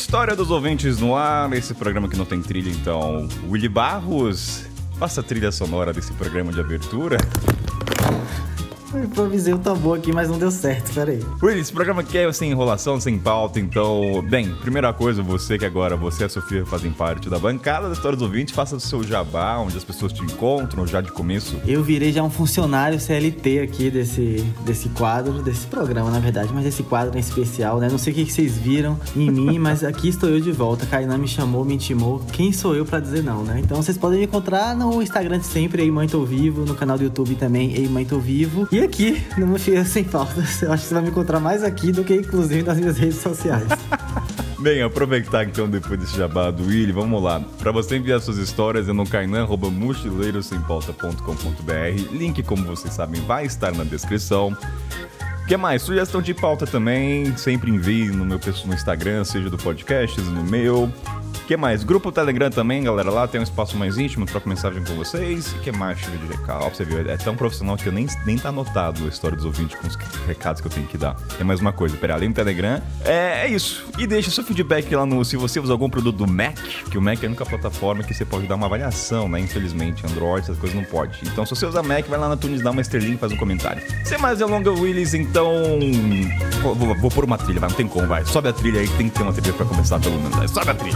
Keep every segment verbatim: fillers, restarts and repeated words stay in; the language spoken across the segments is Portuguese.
História dos ouvintes no ar, esse programa que não tem trilha, então. Willy Barros, faça a trilha sonora desse programa de abertura. Eu improvisei o tambor aqui, mas não deu certo, peraí. Willy, esse programa aqui é sem enrolação, sem pauta, então... Bem, primeira coisa, você que agora, você e a Sofia fazem parte da bancada da História dos Ouvintes, faça o seu jabá, onde as pessoas te encontram, já de começo. Eu virei já um funcionário C L T aqui desse, desse quadro, desse programa, na verdade, mas desse quadro em especial, né? Não sei o que vocês viram em mim, mas aqui estou eu de volta. Kainan me chamou, me intimou. Quem sou eu pra dizer não, né? Então vocês podem me encontrar no Instagram de sempre, Ei Mãe Tô Vivo, no canal do YouTube também, Ei Mãe Tô Vivo. E aqui, no Mochila Sem Pautas, eu acho que você vai me encontrar mais aqui do que, inclusive, nas minhas redes sociais. Bem, aproveitar então depois desse jabá do Willy, vamos lá. Para você enviar suas histórias é no kainan arroba mochileiro sem pauta ponto com ponto b r. Link, como vocês sabem, vai estar na descrição. O que mais? Sugestão de pauta também, sempre envie no meu no Instagram, seja do podcast, no meu. O que mais? Grupo Telegram também, galera, lá tem um espaço mais íntimo, troco mensagem com vocês. O que mais? Deixa eu ver de recado. Ó, pra você ver, é tão profissional que eu nem, nem tá anotado a história dos ouvintes com os recados que eu tenho que dar. Tem mais uma coisa, pera, além do Telegram, é, é isso. E deixa seu feedback lá no, se você usa algum produto do Mac, que o Mac é a única plataforma que você pode dar uma avaliação, né? Infelizmente, Android, essas coisas não pode. Então, se você usa Mac, vai lá na iTunes, dá uma estrelinha e faz um comentário. Sem mais delongas, Willis, então... Vou, vou, vou pôr uma trilha, vai, não tem como, vai. Sobe a trilha aí, tem que ter uma trilha pra começar pelo menos. Vai. Sobe a trilha.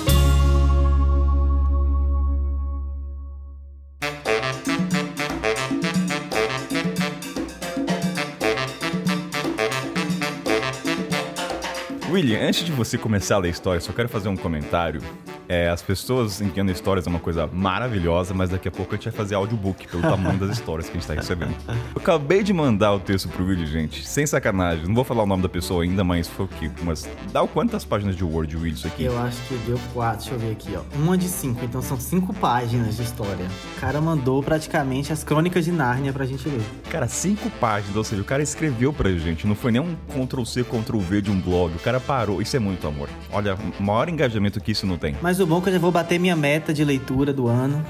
William, antes de você começar a ler a história, só quero fazer um comentário. É, as pessoas enviando histórias é uma coisa maravilhosa, mas daqui a pouco a gente vai fazer audiobook pelo tamanho das histórias que a gente tá recebendo. Eu acabei de mandar o texto pro William, gente, sem sacanagem. Não vou falar o nome da pessoa ainda, mas foi o quê? Umas... Dá quantas páginas de Word, William, isso aqui? Eu acho que deu quatro, deixa eu ver aqui, ó. Uma de cinco, então são cinco páginas de história. O cara mandou praticamente as crônicas de Nárnia pra gente ler. Cara, cinco páginas, ou seja, o cara escreveu pra gente, não foi nem um control C, control V de um blog. O cara parou, isso é muito amor. Olha, maior engajamento que isso não tem. Mas o bom é que eu já vou bater minha meta de leitura do ano.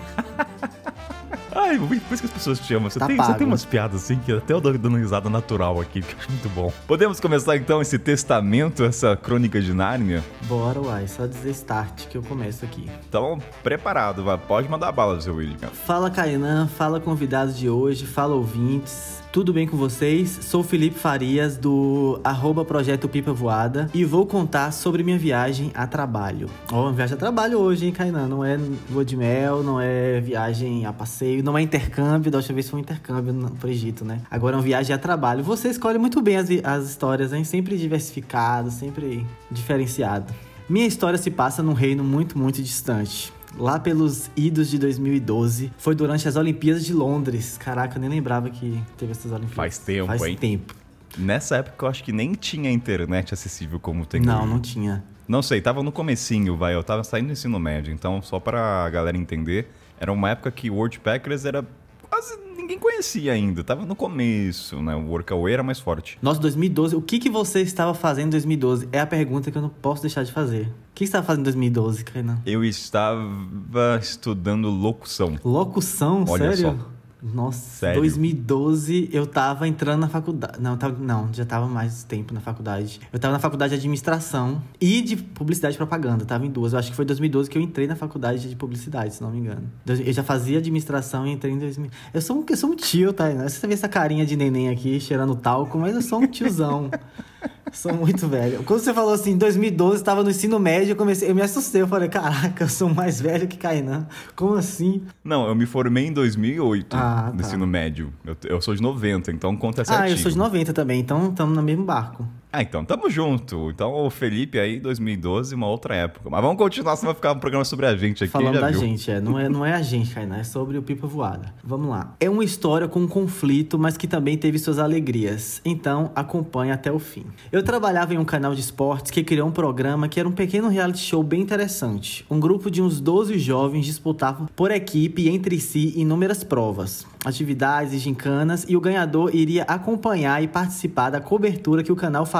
Ai, por isso que as pessoas te amam. Você, tá tem, você tem umas piadas assim que até eu dou dando risada natural aqui, que eu acho muito bom. Podemos começar então esse testamento, essa crônica de Nárnia? Bora, uai. Só dizer start que eu começo aqui. Então, preparado, vai. Pode mandar bala, seu William. Fala, Kainan. Fala, convidados de hoje. Fala, ouvintes. Tudo bem com vocês? Sou Felipe Farias, do arroba Projeto Pipa Voada, e vou contar sobre minha viagem a trabalho. Ó, oh, viagem a trabalho hoje, hein, Kainan? Não é lua de mel, não é viagem a passeio, não é intercâmbio. Da última vez foi um intercâmbio pro Egito, né? Agora é uma viagem a trabalho. Você escolhe muito bem as, as histórias, hein? Sempre diversificado, sempre diferenciado. Minha história se passa num reino muito, muito distante. Lá pelos idos de dois mil e doze, foi durante as Olimpíadas de Londres. Caraca, eu nem lembrava que teve essas Olimpíadas. Faz tempo, Faz hein? Faz tempo. Nessa época eu acho que nem tinha internet acessível como tem Não, hoje. não tinha. Não sei, tava no comecinho, vai. Eu tava saindo do ensino médio, então só pra galera entender, era uma época que o WordPackers era quase... ninguém conhecia ainda, tava no começo, né? O Workaway era mais forte. Nossa, dois mil e doze, o que, que você estava fazendo em dois mil e doze? É a pergunta que eu não posso deixar de fazer. O que você estava fazendo em dois mil e doze, Kainan? Eu estava estudando locução. Locução? Olha Sério? Só. Nossa, Sério? dois mil e doze eu tava entrando na faculdade. Não, tava, não, já tava mais tempo na faculdade. Eu tava na faculdade de administração e de publicidade e propaganda. Tava em duas. Eu acho que foi em dois mil e doze que eu entrei na faculdade de publicidade, se não me engano. Eu já fazia administração e entrei em dois mil. Eu sou um, eu sou um tio, tá? Você vê essa carinha de neném aqui, cheirando talco, mas eu sou um tiozão. Sou muito velho. Quando você falou assim, em dois mil e doze, estava no ensino médio, eu comecei, eu me assustei. Eu falei, caraca, eu sou mais velho que Kainan. Como assim? Não, eu me formei em dois mil e oito, ah, no tá. ensino médio. Eu, eu sou de noventa, então conta certinho. Ah, eu sou de noventa também, então estamos no mesmo barco. Ah, então tamo junto. Então o Felipe aí, dois mil e doze, uma outra época. Mas vamos continuar, senão vai ficar um programa sobre a gente aqui. Falando já da viu. gente, é. Não é, não é a gente, Kainan, é sobre o Pipa Voada. Vamos lá. É uma história com um conflito, mas que também teve suas alegrias. Então, acompanhe até o fim. Eu trabalhava em um canal de esportes que criou um programa que era um pequeno reality show bem interessante. Um grupo de uns doze jovens disputavam por equipe entre si inúmeras provas, atividades e gincanas, e o ganhador iria acompanhar e participar da cobertura que o canal faria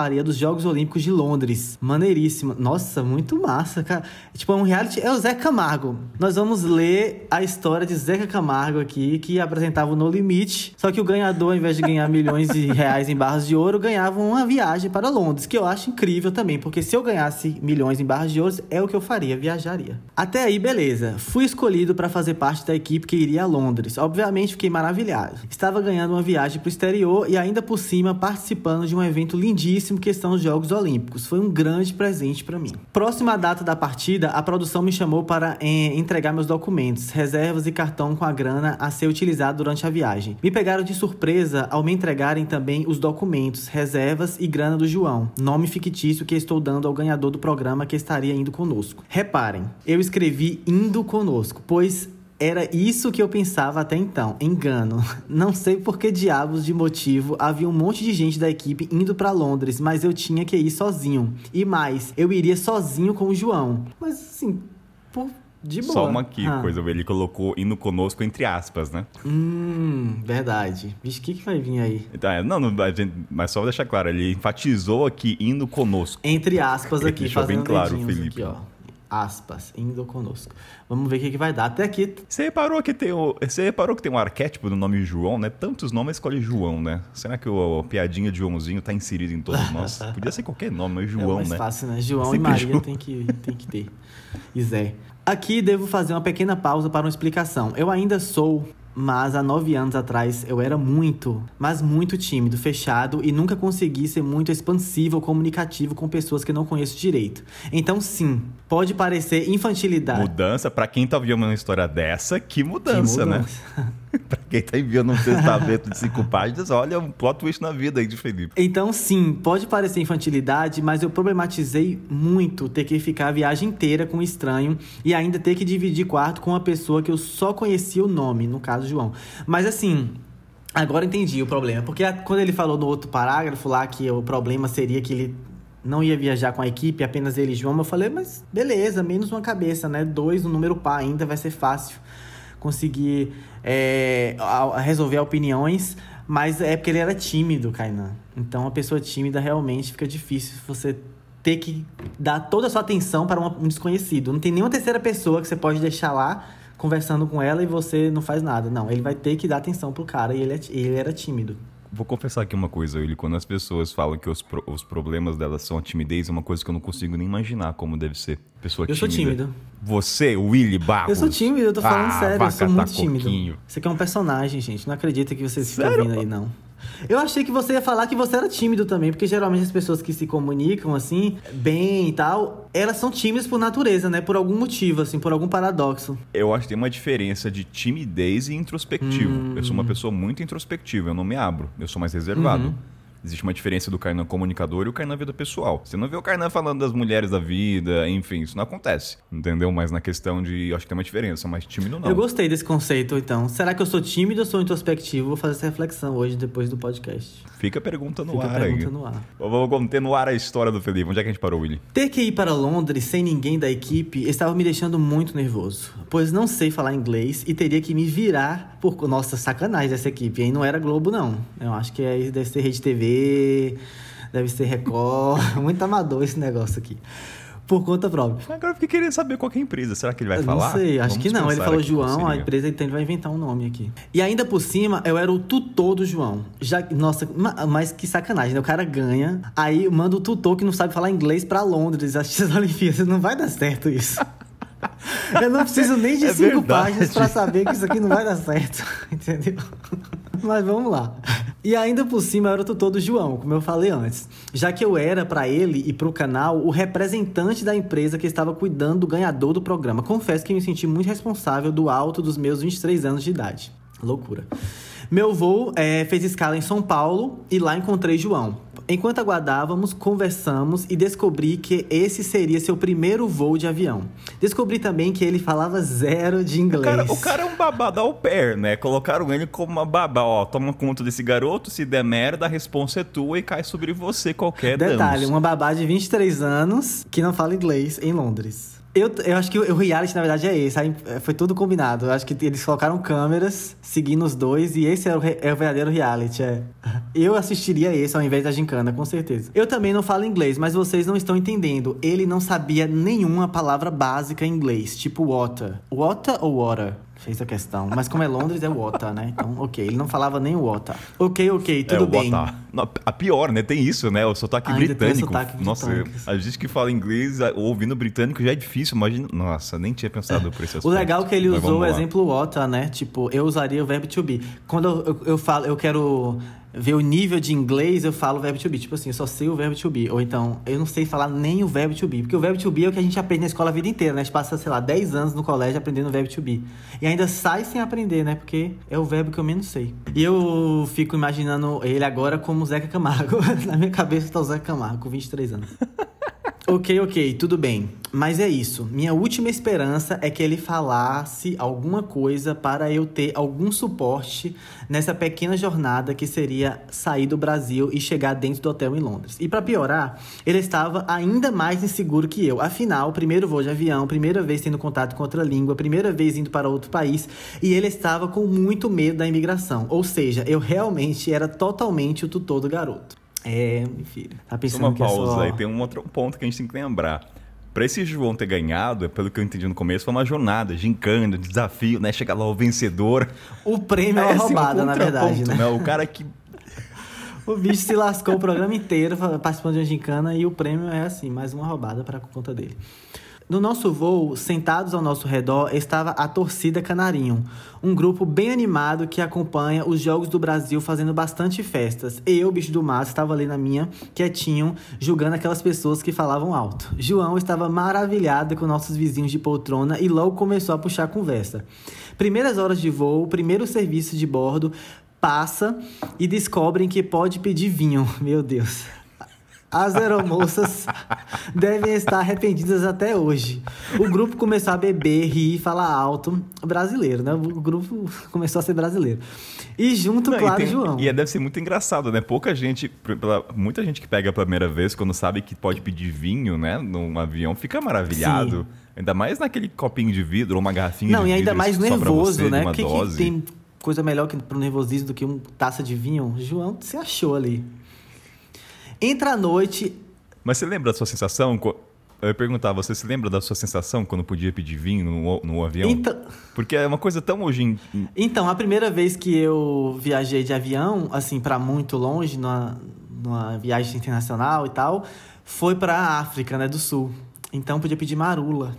faria dos Jogos Olímpicos de Londres. Maneiríssimo. Nossa, muito massa, cara. Tipo, é um reality... É o Zé Camargo. Nós vamos ler a história de Zeca Camargo aqui, que apresentava o No Limite. Só que o ganhador, ao invés de ganhar milhões de reais em barras de ouro, ganhava uma viagem para Londres, que eu acho incrível também, porque se eu ganhasse milhões em barras de ouro, é o que eu faria, viajaria. Até aí, beleza. Fui escolhido para fazer parte da equipe que iria a Londres. Obviamente, fiquei maravilhado. Estava ganhando uma viagem para o exterior e ainda por cima participando de um evento lindíssimo que são os Jogos Olímpicos. Foi um grande presente para mim. Próxima data da partida, a produção me chamou para eh, entregar meus documentos, reservas e cartão com a grana a ser utilizado durante a viagem. Me pegaram de surpresa ao me entregarem também os documentos, reservas e grana do João, nome fictício que estou dando ao ganhador do programa que estaria indo conosco. Reparem, eu escrevi indo conosco, pois era isso que eu pensava até então. Engano. Não sei por que diabos de motivo havia um monte de gente da equipe indo pra Londres, mas eu tinha que ir sozinho. E mais, eu iria sozinho com o João. Mas assim, por... de boa. Só uma aqui, ah. coisa, ele colocou indo conosco entre aspas, né? Hum, verdade. Vixe, o que, que vai vir aí? Então, não, não, a gente, mas só vou deixar claro, ele enfatizou aqui indo conosco. Entre aspas aqui, deixou fazendo bem claro, dedinhos Felipe. aqui, ó. Aspas, indo conosco. Vamos ver o que, que vai dar. Até aqui. Você reparou que tem o, você reparou que tem um arquétipo do nome João, né? Tantos nomes escolhe João, né? Será que o, a piadinha de Joãozinho tá inserida em todos nós? Podia ser qualquer nome, mas João, é mais né? fácil, né? João Sempre e Maria João. tem que, tem que ter. E Zé. Aqui devo fazer uma pequena pausa para uma explicação. Eu ainda sou... Mas há nove anos atrás eu era muito, mas muito tímido, fechado e nunca consegui ser muito expansivo ou comunicativo com pessoas que não conheço direito. Então sim, pode parecer infantilidade. Mudança, pra quem tá vendo uma história dessa, que mudança, Que né? mudança. Pra quem tá enviando um testamento de cinco páginas, olha, um plot twist na vida aí de Felipe. Então sim, pode parecer infantilidade, mas eu problematizei muito ter que ficar a viagem inteira com um estranho e ainda ter que dividir quarto com uma pessoa que eu só conhecia o nome, no caso João. Mas assim, agora entendi o problema, porque quando ele falou no outro parágrafo lá que o problema seria que ele não ia viajar com a equipe, apenas ele e João, eu falei, mas beleza, menos uma cabeça, né? Dois, no número par ainda vai ser fácil conseguir é, resolver opiniões, mas é porque ele era tímido, Kainan. Então, uma pessoa tímida realmente fica difícil você ter que dar toda a sua atenção para um desconhecido. Não tem nenhuma terceira pessoa que você pode deixar lá conversando com ela e você não faz nada. Não, ele vai ter que dar atenção pro cara e ele, é, ele era tímido. Vou confessar aqui uma coisa, Willi. Quando as pessoas falam que os, pro, os problemas delas são a timidez, é uma coisa que eu não consigo nem imaginar como deve ser. Pessoa Eu tímida. sou tímido. Você, Willi Barros. Eu sou tímido, eu tô falando ah, sério, eu sou muito tímido. Coquinho. Isso aqui é um personagem, gente. Não acredita que vocês ficam Sério? ouvindo aí, não. Eu achei que você ia falar que você era tímido também, porque geralmente as pessoas que se comunicam, assim, bem e tal, elas são tímidas por natureza, né? Por algum motivo, assim, por algum paradoxo. Eu acho que tem uma diferença de timidez e introspectivo. Hum. Eu sou uma pessoa muito introspectiva, eu não me abro. Eu sou mais reservado. Uhum. Existe uma diferença do Kainan comunicador e o Kainan vida pessoal. Você não vê o Kainan falando das mulheres da vida, enfim, isso não acontece. Entendeu? Mas na questão de... Eu acho que tem uma diferença, mas tímido não. Eu gostei desse conceito, então. Será que eu sou tímido ou sou introspectivo? Vou fazer essa reflexão hoje, depois do podcast. Fica a pergunta no Fica ar a pergunta aí. no ar. Vamos continuar a história do Felipe. Onde é que a gente parou, Willi? Ter que ir para Londres sem ninguém da equipe estava me deixando muito nervoso, pois não sei falar inglês e teria que me virar por... Nossa, sacanagem dessa equipe, hein? Não era Globo, não. Eu acho que é, deve ser Rede T V, deve ser Record. Muito amador esse negócio aqui. Por conta própria. Agora eu fiquei querendo saber qual que é a empresa. Será que ele vai Eu falar? Não sei, acho Vamos que não. Ele pensar falou aqui qual João, a seria. empresa então ele vai inventar um nome aqui. E ainda por cima, eu era o tutor do João. Já, nossa, mas que sacanagem, né? O cara ganha, aí manda o tutor que não sabe falar inglês pra Londres, assistir as Olimpíadas. Não vai dar certo isso. Eu não preciso nem de É cinco verdade. páginas pra saber que isso aqui não vai dar certo. Entendeu? Mas vamos lá. E ainda por cima eu era o tutor do João, como eu falei antes. Já que eu era pra ele e pro canal o representante da empresa que estava cuidando do ganhador do programa. Confesso que me senti muito responsável do alto dos meus vinte e três anos de idade. Loucura. Meu voo é, fez escala em São Paulo e lá encontrei João. Enquanto aguardávamos, conversamos e descobri que esse seria seu primeiro voo de avião. Descobri também que ele falava zero de inglês. O cara, o cara é um babá da au pair, né? Colocaram ele como uma babá. Ó, toma conta desse garoto, se der merda, a responsa é tua e cai sobre você qualquer Detalhe, danos. uma babá de vinte e três anos que não fala inglês em Londres. Eu, eu acho que o, o reality, na verdade, é esse. Aí, foi tudo combinado. Eu acho que eles colocaram câmeras seguindo os dois e esse é o, re, é o verdadeiro reality. É. Eu assistiria esse ao invés da gincana, com certeza. Eu também não falo inglês, mas vocês não estão entendendo. Ele não sabia nenhuma palavra básica em inglês, tipo water. Water ou water? Fez a questão. Mas como é Londres, é water, né? Então, ok. Ele não falava nem water. Ok, ok, tudo é, bem. Water. A pior, né? Tem isso, né? O sotaque Ainda britânico. Tem o sotaque de Nossa, tanques. a gente que fala inglês, ouvindo britânico já é difícil. Imagina. Nossa, nem tinha pensado por esse aspecto. O legal é que ele Mas usou o vamos lá. exemplo water, né? Tipo, eu usaria o verbo to be. Quando eu, eu, eu falo, eu quero ver o nível de inglês, eu falo o verbo to be. Tipo assim, eu só sei o verbo to be. Ou então, eu não sei falar nem o verbo to be. Porque o verbo to be é o que a gente aprende na escola a vida inteira, né? A gente passa, sei lá, dez anos no colégio aprendendo o verbo to be. E ainda sai sem aprender, né? Porque é o verbo que eu menos sei. E eu fico imaginando ele agora como o Zeca Camargo. Na minha cabeça tá o Zeca Camargo, com vinte e três anos. Ok, ok, tudo bem. Mas é isso. Minha última esperança é que ele falasse alguma coisa para eu ter algum suporte nessa pequena jornada que seria sair do Brasil e chegar dentro do hotel em Londres. E para piorar, ele estava ainda mais inseguro que eu. Afinal, primeiro voo de avião, primeira vez tendo contato com outra língua, primeira vez indo para outro país, e ele estava com muito medo da imigração. Ou seja, eu realmente era totalmente o tutor do garoto. É, meu filho. Tá pensando Uma que é pausa só... aí, tem um outro ponto que a gente tem que lembrar. Pra esse João ter ganhado, pelo que eu entendi no começo, foi uma jornada, gincana, desafio, né? Chegar lá o vencedor. O prêmio é uma assim, um roubada, na verdade, contraponto, né? O cara que... O bicho se lascou o programa inteiro participando de uma gincana e o prêmio é assim, mais uma roubada para conta dele. No nosso voo, sentados ao nosso redor, estava a torcida Canarinho, um grupo bem animado que acompanha os Jogos do Brasil fazendo bastante festas. Eu, bicho do mato, estava ali na minha, quietinho, julgando aquelas pessoas que falavam alto. João estava maravilhado com nossos vizinhos de poltrona e logo começou a puxar a conversa. Primeiras horas de voo, primeiro serviço de bordo, passa e descobrem que pode pedir vinho. Meu Deus... As aeromoças devem estar arrependidas até hoje. O grupo começou a beber, rir, falar alto. Brasileiro, né? O grupo começou a ser brasileiro. E junto, Não, claro, e tem, João. E deve ser muito engraçado, né? Pouca gente, pela, muita gente que pega pela primeira vez, quando sabe que pode pedir vinho, né? Num avião, fica maravilhado. Sim. Ainda mais naquele copinho de vidro ou uma garrafinha Não, de e vidro. ainda mais nervoso, né? Porque que tem coisa melhor que pro nervosismo do que uma taça de vinho? João se achou ali. Entra a noite... Mas você lembra da sua sensação? Eu ia perguntar, você se lembra da sua sensação quando podia pedir vinho no, no avião? Então... Porque é uma coisa tão hoje em... Então, a primeira vez que eu viajei de avião, assim, pra muito longe, numa, numa viagem internacional e tal, foi pra África, né, do Sul. Então, podia pedir marula.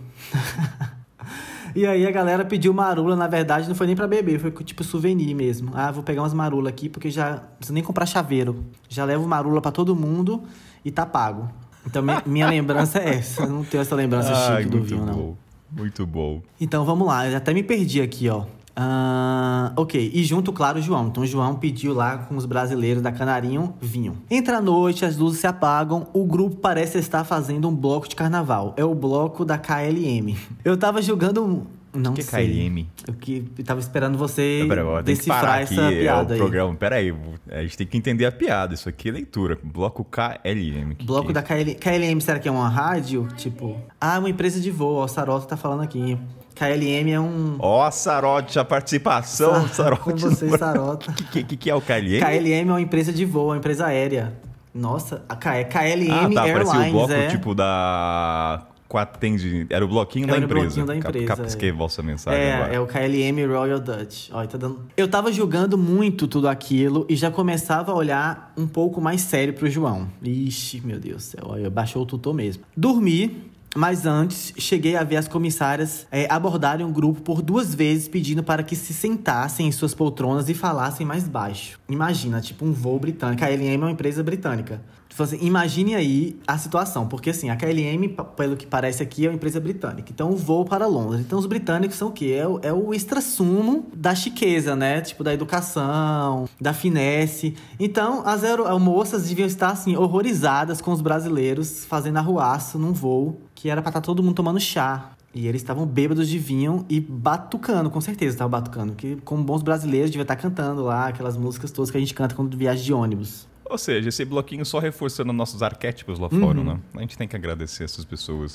E aí a galera pediu marula, na verdade não foi nem pra beber, foi tipo souvenir mesmo. Ah, vou pegar umas marula aqui porque já não preciso nem comprar chaveiro. Já levo marula pra todo mundo e tá pago. Então minha lembrança é essa, eu não tenho essa lembrança Ai, chique do muito vinho, bom, não. Muito bom. Então vamos lá, eu até me perdi aqui, ó. Uh, ok, e junto, claro, o João. Então o João pediu lá com os brasileiros da Canarinho vinho. Entra a noite, as luzes se apagam. O grupo parece estar fazendo um bloco de carnaval. É o bloco da K L M. Eu tava julgando... Não o que sei. é K L M? Eu que eu tava esperando você Pera, eu decifrar aqui, essa piada é o aí. programa. Pera aí, a gente tem que entender a piada. Isso aqui é leitura. Bloco K L M. Que bloco que... da K L M. K L M, será que é uma rádio? Tipo... Ah, uma empresa de voo. Ó, o Sarota tá falando aqui. K L M é um... Ó, oh, Sarote, a participação, Sarote. Com você, Sarota. O que, que, que é o K L M? K L M é uma empresa de voo, uma empresa aérea. Nossa, a K L M ah, tá, Airlines, parecia o bloco é... tipo da... Atende... Era o bloquinho Era da o empresa. bloquinho da empresa. Capisquei é. vossa mensagem é, agora. É o K L M Royal Dutch. Ó, tá dando... Eu tava julgando muito tudo aquilo e já começava a olhar um pouco mais sério pro João. Ixi, meu Deus do céu. Olha, baixou o tutor mesmo. Dormi, mas antes cheguei a ver as comissárias é, abordarem um grupo por duas vezes pedindo para que se sentassem em suas poltronas e falassem mais baixo. Imagina, tipo um voo britânico. A K L M é uma empresa britânica. Tipo assim, imagine aí a situação, porque assim, a K L M, pelo que parece aqui, é uma empresa britânica. Então, o voo para Londres. Então, os britânicos são o quê? É o, é o extra-sumo da chiqueza, né? Tipo, da educação, da finesse. Então, as aeromoças deviam estar, assim, horrorizadas com os brasileiros fazendo arruaço num voo que era pra estar todo mundo tomando chá. E eles estavam bêbados de vinho e batucando, com certeza estavam batucando. Porque, como bons brasileiros, devia estar cantando lá aquelas músicas todas que a gente canta quando viaja de ônibus. Ou seja, esse bloquinho só reforçando nossos arquétipos lá fora, uhum. né? A gente tem que agradecer essas pessoas.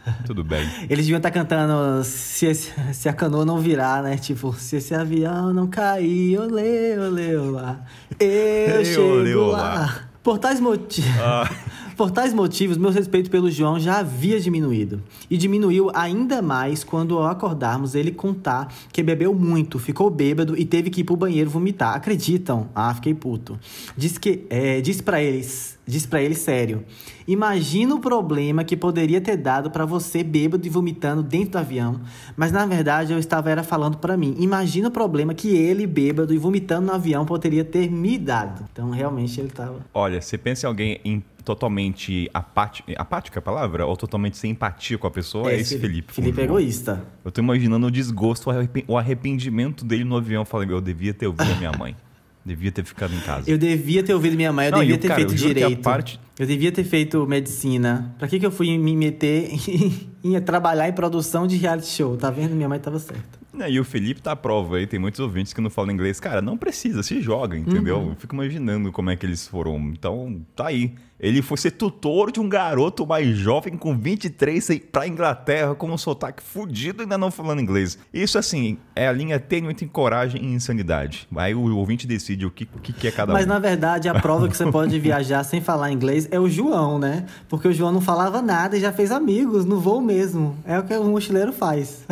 Tudo bem. Eles deviam estar cantando se, esse, se a canoa não virar, né? Tipo, se esse avião não cair, olê, olê, olá. Eu, eu chego olê, lá. lá. Por tais motivos... Ah. Por tais motivos, meu respeito pelo João já havia diminuído. E diminuiu ainda mais quando, ao acordarmos, ele contar que bebeu muito, ficou bêbado e teve que ir pro banheiro vomitar. Acreditam? Ah, fiquei puto. Disse que, é, disse pra eles, disse pra ele sério. Imagina o problema que poderia ter dado pra você bêbado e vomitando dentro do avião. Mas, na verdade, eu estava era falando pra mim. Imagina o problema que ele, bêbado e vomitando no avião, poderia ter me dado. Então, realmente, ele tava... Olha, você pensa em alguém... Em... totalmente apático, apático é a palavra? Ou totalmente sem empatia com a pessoa? É, é esse Felipe. Felipe é egoísta. Eu tô imaginando o desgosto, o arrependimento dele no avião. Eu falei, eu devia ter ouvido a minha mãe. Devia ter ficado em casa. Eu devia ter ouvido minha mãe, eu Não, devia eu, ter cara, feito eu direito. Parte... Eu devia ter feito medicina. Pra que, que eu fui me meter em, em trabalhar em produção de reality show? Tá vendo? Minha mãe tava certa. E o Felipe tá à prova aí, tem muitos ouvintes que não falam inglês. Cara, não precisa, se joga, entendeu? Uhum. Eu fico imaginando como é que eles foram. Então, tá aí. Ele foi ser tutor de um garoto mais jovem com vinte e três pra Inglaterra com um sotaque fudido e ainda não falando inglês. Isso, assim, é a linha tênue entre coragem e insanidade. Aí o ouvinte decide o que, o que é cada um. Mas, na verdade, a prova que você pode viajar sem falar inglês é o João, né? Porque o João não falava nada e já fez amigos no voo mesmo. É o que o mochileiro faz.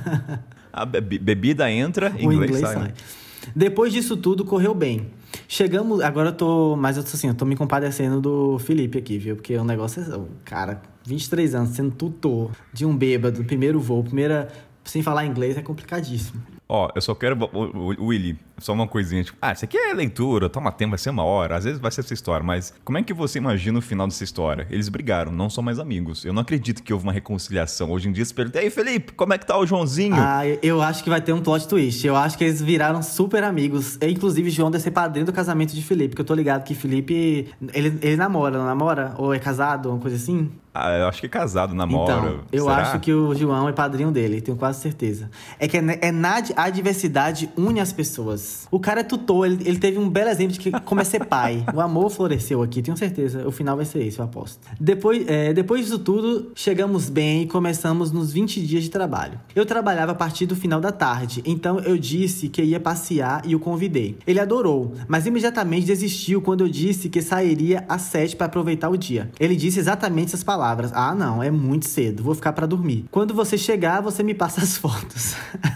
A bebida entra, o inglês, inglês sai. sai. Depois disso tudo, correu bem. Chegamos... Agora eu tô... Mas eu tô assim, eu tô me compadecendo do Felipe aqui, viu? Porque o negócio é... Cara, vinte e três anos, sendo tutor de um bêbado, primeiro voo, primeira... Sem falar inglês, é complicadíssimo. Ó, eu só quero... Willy, só uma coisinha. Tipo, ah, isso aqui é leitura, toma tempo, vai ser uma hora. Às vezes vai ser essa história, mas como é que você imagina o final dessa história? Eles brigaram, não são mais amigos. Eu não acredito que houve uma reconciliação. Hoje em dia, se pergunta, ei, Felipe, como é que tá o Joãozinho? Ah, eu acho que vai ter um plot twist. Eu acho que eles viraram super amigos. E, inclusive, João deve ser padrinho do casamento de Felipe, porque eu tô ligado que Felipe... Ele, ele namora, não namora? Ou é casado, uma coisa assim? Ah, eu acho que é casado, namora. Então, eu Será? acho que o João é padrinho dele, tenho quase certeza. É que é, é na a diversidade une as pessoas. O cara é tutor, ele, ele teve um belo exemplo de que como é ser pai. O amor floresceu aqui, tenho certeza. O final vai ser esse, eu aposto. Depois, é, depois disso tudo, chegamos bem e começamos nos vinte dias de trabalho. Eu trabalhava a partir do final da tarde, então eu disse que ia passear e o convidei. Ele adorou, mas imediatamente desistiu quando eu disse que sairia às sete para aproveitar o dia. Ele disse exatamente essas palavras. Ah, não, é muito cedo, vou ficar pra dormir. Quando você chegar, você me passa as fotos.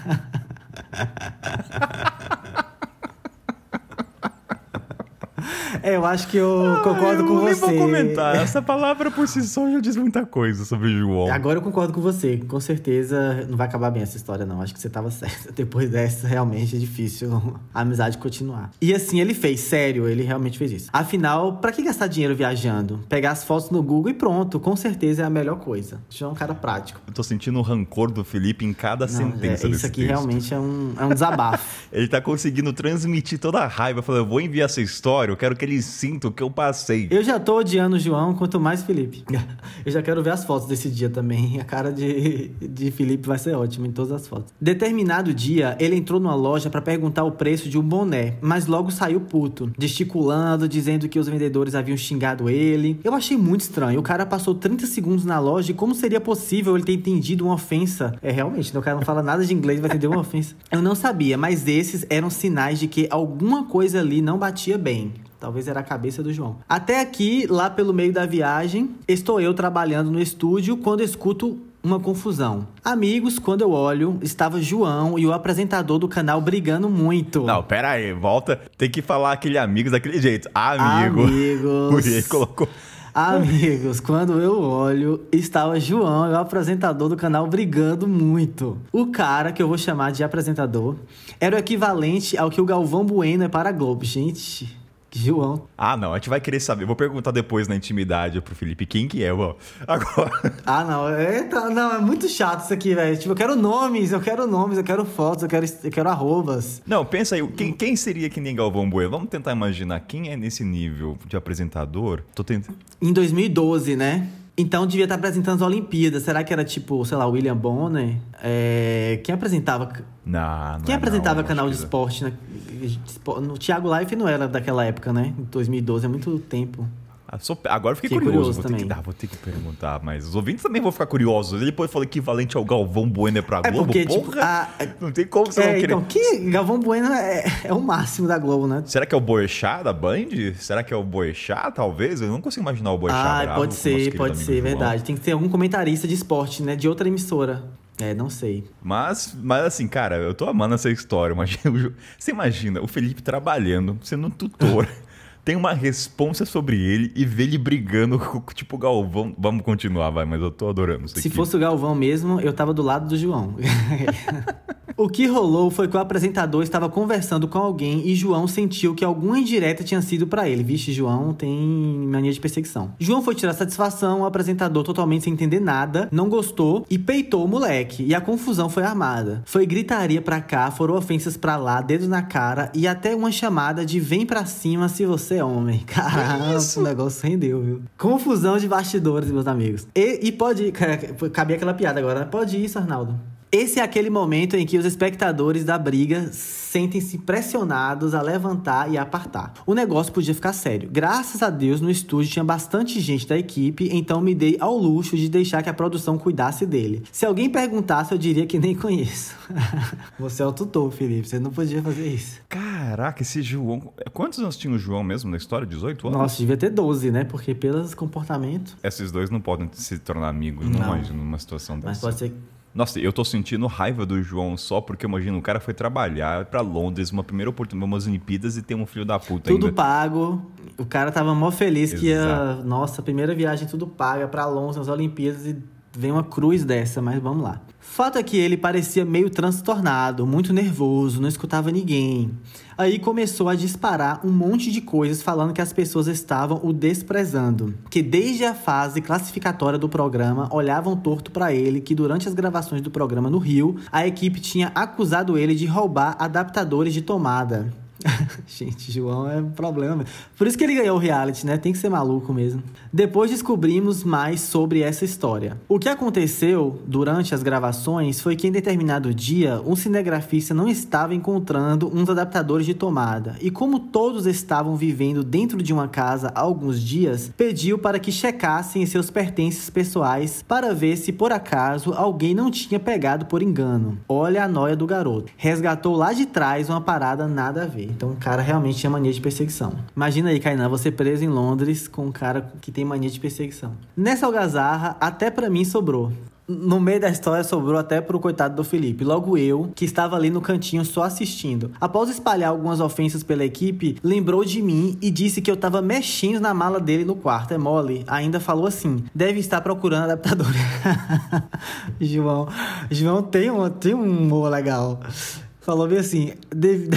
É, eu acho que eu ah, concordo eu com você. Eu nem vou comentar. Essa palavra por si só já diz muita coisa sobre o João. Agora eu concordo com você. Com certeza não vai acabar bem essa história, não. Acho que você tava certo. Depois dessa, realmente é difícil a amizade continuar. E assim ele fez. Sério, ele realmente fez isso. Afinal, pra que gastar dinheiro viajando? Pegar as fotos no Google e pronto. Com certeza é a melhor coisa. João é um cara prático. Eu tô sentindo o rancor do Felipe em cada não, sentença é, desse Isso aqui texto. Realmente é um, é um desabafo. Ele tá conseguindo transmitir toda a raiva. Falando, eu vou enviar essa história, eu quero que ele sinta o que eu passei. Eu já tô odiando o João, quanto mais Felipe. Eu já quero ver as fotos desse dia também. A cara de, de Felipe vai ser ótima em todas as fotos. Determinado dia, ele entrou numa loja pra perguntar o preço de um boné, mas logo saiu puto, gesticulando, dizendo que os vendedores haviam xingado ele. Eu achei muito estranho. O cara passou trinta segundos na loja e como seria possível ele ter entendido uma ofensa? É, realmente, né? O cara não fala nada de inglês, vai entender uma ofensa. Eu não sabia, mas esses eram sinais de que alguma coisa ali não batia bem. Talvez era a cabeça do João. Até aqui, lá pelo meio da viagem, estou eu trabalhando no estúdio quando escuto uma confusão. Amigos, quando eu olho, estava João e o apresentador do canal brigando muito. Não, pera aí, volta. Tem que falar aquele amigos daquele jeito. Amigo. Amigos. Ele colocou... Amigos, quando eu olho, estava João e o apresentador do canal brigando muito. O cara, que eu vou chamar de apresentador, era o equivalente ao que o Galvão Bueno é para a Globo. Gente... João. Ah, não. A gente vai querer saber. Vou perguntar depois na intimidade pro Felipe quem que é, ó. Agora. Ah, não. É, tá, não, é muito chato isso aqui, velho. Tipo, eu quero nomes, eu quero nomes, eu quero fotos, eu quero, eu quero arrobas. Não, pensa aí. Quem, quem seria que nem Galvão Bueno? Vamos tentar imaginar quem é nesse nível de apresentador. Tô tentando. Em dois mil e doze, né? Então devia estar apresentando as Olimpíadas. Será que era tipo, sei lá, William Bonner? É... Quem apresentava? Não, não Quem é apresentava não, canal de esporte? Né? No Thiago Life não era daquela época, né? Em dois mil e doze, é muito tempo. Ah, sou- Agora eu fiquei, Fiquei curioso, curioso vou ter, que, também. ah, vou ter que perguntar, mas os ouvintes também vão ficar curiosos. Ele depois falou equivalente ao Galvão Bueno é pra É Globo, porque, porra, tipo, a- não tem como você É, não querer... então, que Galvão Bueno é, é o máximo da Globo, né? Será que é o Boechat da Band? Será que é o Boechat, talvez? Eu não consigo imaginar o Boechat Ah, bravo pode com o nosso ser, querido pode amigo ser, João. verdade. Tem que ter algum comentarista de esporte, né? De outra emissora. É, não sei. Mas, mas assim, cara, eu tô amando essa história. Imagina, o Ju- você imagina o Felipe trabalhando, sendo um tutor, tem uma responsa sobre ele e vê ele brigando com, tipo, o Galvão. Vamos continuar, vai, mas eu tô adorando isso Se aqui. fosse o Galvão mesmo, eu tava do lado do João. O que rolou foi que o apresentador estava conversando com alguém e João sentiu que alguma indireta tinha sido pra ele. Vixe, João tem mania de perseguição. João foi tirar satisfação, o apresentador totalmente sem entender nada, não gostou e peitou o moleque. E a confusão foi armada. Foi gritaria pra cá, foram ofensas pra lá, dedos na cara e até uma chamada de vem pra cima se você é homem. Caramba, o negócio rendeu, viu? Confusão de bastidores, meus amigos. E, e pode... Cabia aquela piada agora, né? Pode isso, Arnaldo. Esse é aquele momento em que os espectadores da briga sentem-se pressionados a levantar e apartar. O negócio podia ficar sério. Graças a Deus, no estúdio tinha bastante gente da equipe, então me dei ao luxo de deixar que a produção cuidasse dele. Se alguém perguntasse, eu diria que nem conheço. Você é o tutor, Felipe. Você não podia fazer isso. Caraca, esse João... Quantos anos tinha o João mesmo na história? dezoito anos? Nossa, devia ter doze, né? Porque pelos comportamentos... Esses dois não podem se tornar amigos, não, Não. imagino numa situação dessa. Mas pode ser... Nossa, eu tô sentindo raiva do João só porque, imagina, o cara foi trabalhar pra Londres, uma primeira oportunidade, umas Olimpíadas e tem um filho da puta Tudo ainda. pago. O cara tava mó feliz que ia... Exato. Nossa, primeira viagem tudo paga pra Londres, nas Olimpíadas e vem uma cruz dessa, mas vamos lá. Fato é que ele parecia meio transtornado, muito nervoso, não escutava ninguém. Aí começou a disparar um monte de coisas falando que as pessoas estavam o desprezando. Que desde a fase classificatória do programa olhavam torto pra ele, que durante as gravações do programa no Rio, a equipe tinha acusado ele de roubar adaptadores de tomada. Gente, João é um problema. Por isso que ele ganhou o reality, né? Tem que ser maluco mesmo. Depois descobrimos mais sobre essa história. O que aconteceu durante as gravações foi que em determinado dia, um cinegrafista não estava encontrando uns adaptadores de tomada. E como todos estavam vivendo dentro de uma casa há alguns dias, pediu para que checassem seus pertences pessoais para ver se por acaso alguém não tinha pegado por engano. Olha a nóia do garoto. Resgatou lá de trás uma parada nada a ver. Então o cara realmente tinha mania de perseguição. Imagina aí, Kainan, você preso em Londres com um cara que tem mania de perseguição. Nessa algazarra, até pra mim sobrou. No meio da história sobrou até pro coitado do Felipe. Logo eu, que estava ali no cantinho só assistindo. Após espalhar algumas ofensas pela equipe, lembrou de mim e disse que eu tava mexendo na mala dele no quarto. É mole. Ainda falou assim, deve estar procurando adaptador. João, João tem um, tem um humor legal. Falou bem assim, deve...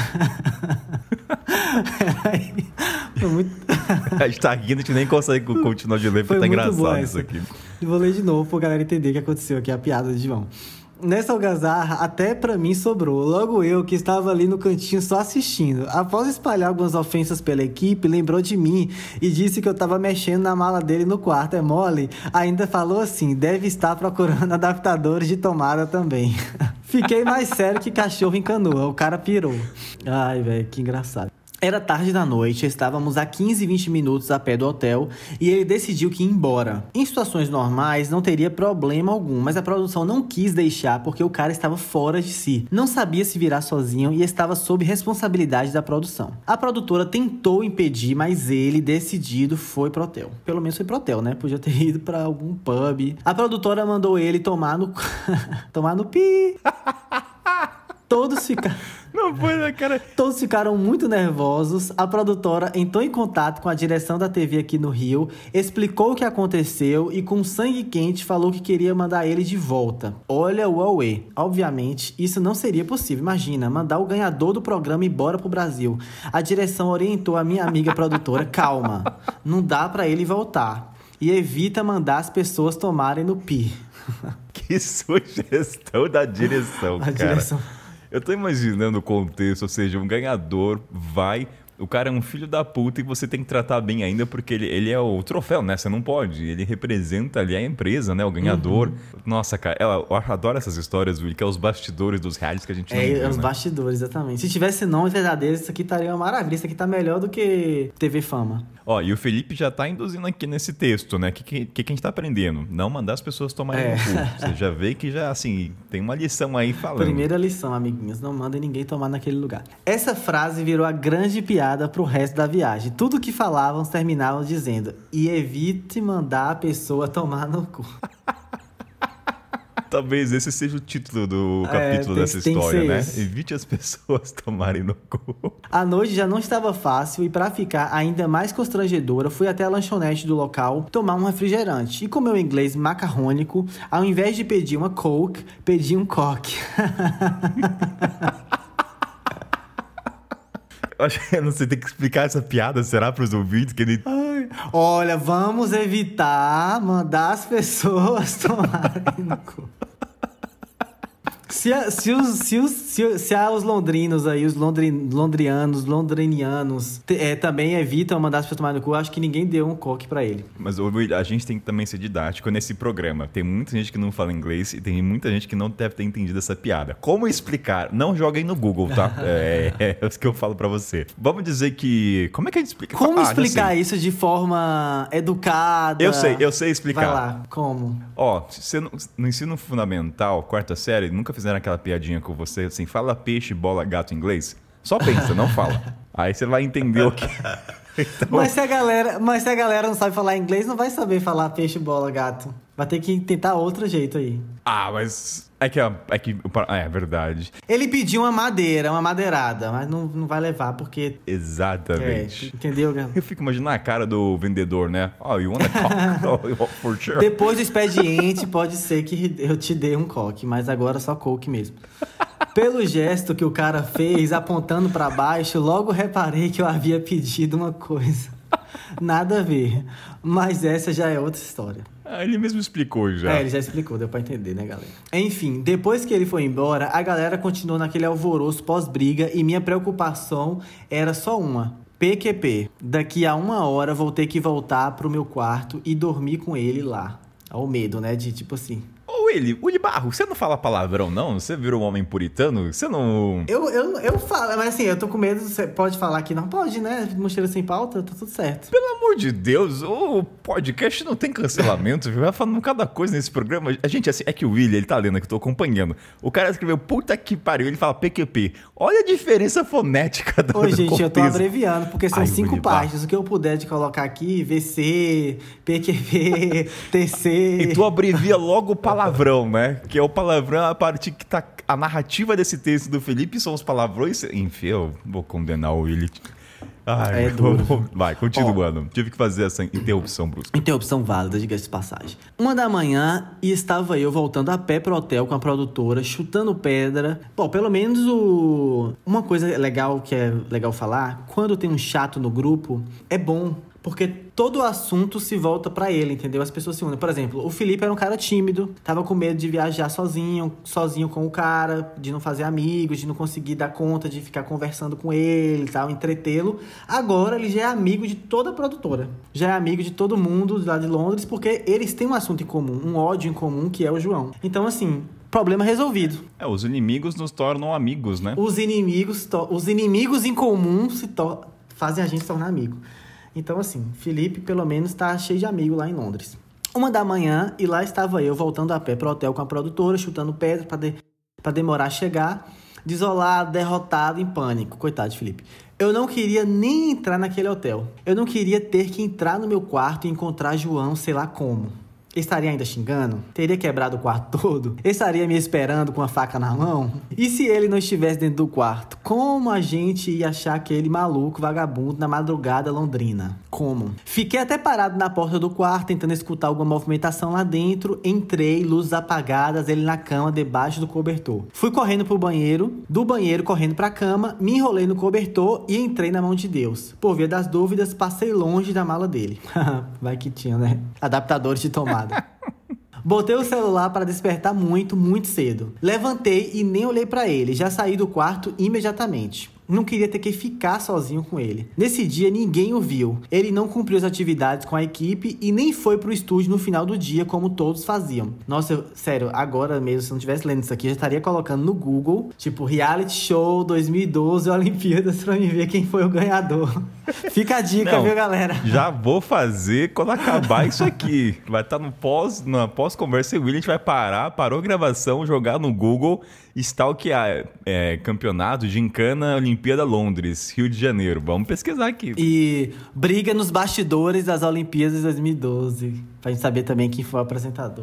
Foi muito... A gente tá rindo, a gente nem consegue continuar de ler, porque Foi tá muito engraçado boa isso essa. aqui. Eu vou ler de novo pra galera entender o que aconteceu aqui, a piada de João. Nessa algazarra, até pra mim sobrou. Logo eu, que estava ali no cantinho só assistindo. Após espalhar algumas ofensas pela equipe, lembrou de mim e disse que eu tava mexendo na mala dele no quarto. É mole? Ainda falou assim, deve estar procurando adaptadores de tomada também. Fiquei mais sério que cachorro em canoa. O cara pirou. Ai, velho, que engraçado. Era tarde da noite, estávamos a quinze, vinte minutos a pé do hotel e ele decidiu que ia embora. Em situações normais não teria problema algum, mas a produção não quis deixar porque o cara estava fora de si. Não sabia se virar sozinho e estava sob responsabilidade da produção. A produtora tentou impedir, mas ele, decidido, foi pro hotel. Pelo menos foi pro hotel, né? Podia ter ido pra algum pub. A produtora mandou ele tomar no... tomar no pi... Todos ficaram... Não foi, né, cara? Todos ficaram muito nervosos. A produtora entrou em contato com a direção da T V aqui no Rio, explicou o que aconteceu e com sangue quente falou que queria mandar ele de volta. Olha o auê. Obviamente, isso não seria possível. Imagina, mandar o ganhador do programa embora pro Brasil. A direção orientou a minha amiga produtora, calma, não dá pra ele voltar. E evita mandar as pessoas tomarem no pi. Que sugestão da direção, A cara. direção... Eu tô imaginando o contexto, ou seja, um ganhador vai O cara é um filho da puta e você tem que tratar bem ainda porque ele, ele é o troféu, né? Você não pode. Ele representa ali a empresa, né? O ganhador. Uhum. Nossa, cara, eu, eu adoro essas histórias, Will, que é os bastidores dos realities que a gente não É, vê, é os né? bastidores, exatamente. Se tivesse nomes verdadeiros, isso aqui estaria uma maravilha. Isso aqui tá melhor do que T V Fama. Ó, e o Felipe já tá induzindo aqui nesse texto, né? O que, que, que a gente tá aprendendo? Não mandar as pessoas tomarem É. no cu. Você já vê que já, assim, tem uma lição aí falando. Primeira lição, amiguinhos. Não mandem ninguém tomar naquele lugar. Essa frase virou a grande piada pro resto da viagem. Tudo que falavam terminavam dizendo: e evite mandar a pessoa tomar no cu. Talvez esse seja o título do capítulo é, tem, dessa tem história, né? Esse. Evite as pessoas tomarem no cu. A noite já não estava fácil e, para ficar ainda mais constrangedora, fui até a lanchonete do local tomar um refrigerante. E com meu inglês macarrônico, ao invés de pedir uma Coke, pedi um Coke. Eu acho que não sei, tem que explicar essa piada, será, para os ouvintes? Que ele... Ai, olha, vamos evitar mandar as pessoas tomarem no cu. Se, a, se, os, se, os, se, se há os londrinos aí, os londri, londrianos, londrinianos, te, é, também evitam mandar as pessoas tomarem no cu, acho que ninguém deu um coque pra ele. Mas a gente tem que também ser didático nesse programa. Tem muita gente que não fala inglês e tem muita gente que não deve ter entendido essa piada. Como explicar? Não joguem no Google, tá? É, é, é isso que eu falo pra você. Vamos dizer que... Como é que a gente explica? Como ah, explicar isso de forma educada? Eu sei, eu sei explicar. Vai lá, como? Ó, você no, no ensino fundamental, quarta série, nunca fizeram aquela piadinha com você, assim, fala peixe, bola, gato em inglês? Só pensa, não fala. Aí você vai entender o que... Então... Mas, se a galera, mas se a galera não sabe falar inglês, não vai saber falar peixe, bola, gato. Vai ter que tentar outro jeito aí. Ah, mas... É que... É, que, é verdade. Ele pediu uma madeira, uma madeirada, mas não, não vai levar, porque... Exatamente. É, entendeu? Eu fico imaginando a cara do vendedor, né? Oh, you want a coke? Oh, for sure. Depois do expediente, pode ser que eu te dê um coque, mas agora só coke mesmo. Pelo gesto que o cara fez, apontando pra baixo, logo reparei que eu havia pedido uma coisa. Nada a ver. Mas essa já é outra história. Ah, ele mesmo explicou já. É, ele já explicou, deu pra entender, né, galera? Enfim, depois que ele foi embora, a galera continuou naquele alvoroço pós-briga e minha preocupação era só uma. P Q P. Daqui a uma hora vou ter que voltar pro meu quarto e dormir com ele lá. Ao medo, né, de tipo assim... Ô, Willy, Willy Barro, você não fala palavrão, não? Você virou um homem puritano? Você não... Eu, eu, eu falo, mas assim, eu tô com medo, você pode falar que não pode, né? Mochila sem pauta, tá tudo certo. Pelo amor de Deus, o podcast não tem cancelamento, viu? Vai falando cada coisa nesse programa. A gente, assim, é que o Willy, ele tá lendo aqui, eu tô acompanhando. O cara escreveu, puta que pariu, ele fala P Q P. Olha a diferença fonética do Ô, gente, contexto. eu tô abreviando, porque são Ai, cinco Willy páginas. Barro. O que eu puder de colocar aqui, V C, P Q P, T C... E tu abrevia logo o palavrão, né? Que é o palavrão, a parte que tá... A narrativa desse texto do Felipe são os palavrões. Enfim, eu vou condenar o Willy. Ai, É duro. Vai, continuando. Ó, tive que fazer essa interrupção brusca. Interrupção válida, diga-se de passagem. Uma da manhã e estava eu voltando a pé pro hotel com a produtora, chutando pedra. Bom, pelo menos o... uma coisa legal que é legal falar, quando tem um chato no grupo, é bom. Porque todo o assunto se volta pra ele, entendeu? As pessoas se unem. Por exemplo, o Felipe era um cara tímido, tava com medo de viajar sozinho, sozinho com o cara, de não fazer amigos, de não conseguir dar conta de ficar conversando com ele e tal, entretê-lo. Agora ele já é amigo de toda a produtora. Já é amigo de todo mundo lá de Londres, porque eles têm um assunto em comum, um ódio em comum, que é o João. Então, assim... Problema resolvido. É, os inimigos nos tornam amigos, né? Os inimigos, to- os inimigos em comum se to- fazem a gente se tornar amigo. Então, assim, Felipe, pelo menos, tá cheio de amigo lá em Londres. Uma da manhã, e lá estava eu, voltando a pé pro hotel com a produtora, chutando pedra pra, de- pra demorar a chegar, desolado, derrotado, em pânico. Coitado de Felipe. Eu não queria nem entrar naquele hotel. Eu não queria ter que entrar no meu quarto e encontrar João, sei lá como. Estaria ainda xingando? Teria quebrado o quarto todo? Estaria me esperando com a faca na mão? E se ele não estivesse dentro do quarto? Como a gente ia achar aquele maluco vagabundo na madrugada londrina? Como? Fiquei até parado na porta do quarto, tentando escutar alguma movimentação lá dentro. Entrei, luzes apagadas, ele na cama, debaixo do cobertor. Fui correndo pro banheiro, do banheiro correndo pra cama, me enrolei no cobertor e entrei na mão de Deus. Por via das dúvidas, passei longe da mala dele. Vai que tinha, né? Adaptadores de tomada. Botei o celular para despertar muito, muito cedo. Levantei e nem olhei para ele. Já saí do quarto imediatamente. não queria ter que ficar sozinho com ele. Nesse dia, ninguém o viu. Ele não cumpriu as atividades com a equipe e nem foi pro estúdio no final do dia, como todos faziam. Nossa, eu, sério, agora mesmo, se eu não estivesse lendo isso aqui, eu já estaria colocando no Google, tipo, Reality Show dois mil e doze, Olimpíadas, pra me ver quem foi o ganhador. Fica a dica, não, viu, galera? Já vou fazer quando acabar isso aqui. Vai estar no pós, na pós-conversa e o William, a gente vai parar, parou a gravação, jogar no Google, stalkear é, campeonato, gincana, Olimpíada Londres, Rio de Janeiro. Vamos pesquisar aqui. E briga nos bastidores das Olimpíadas dois mil e doze. Pra gente saber também quem foi o apresentador.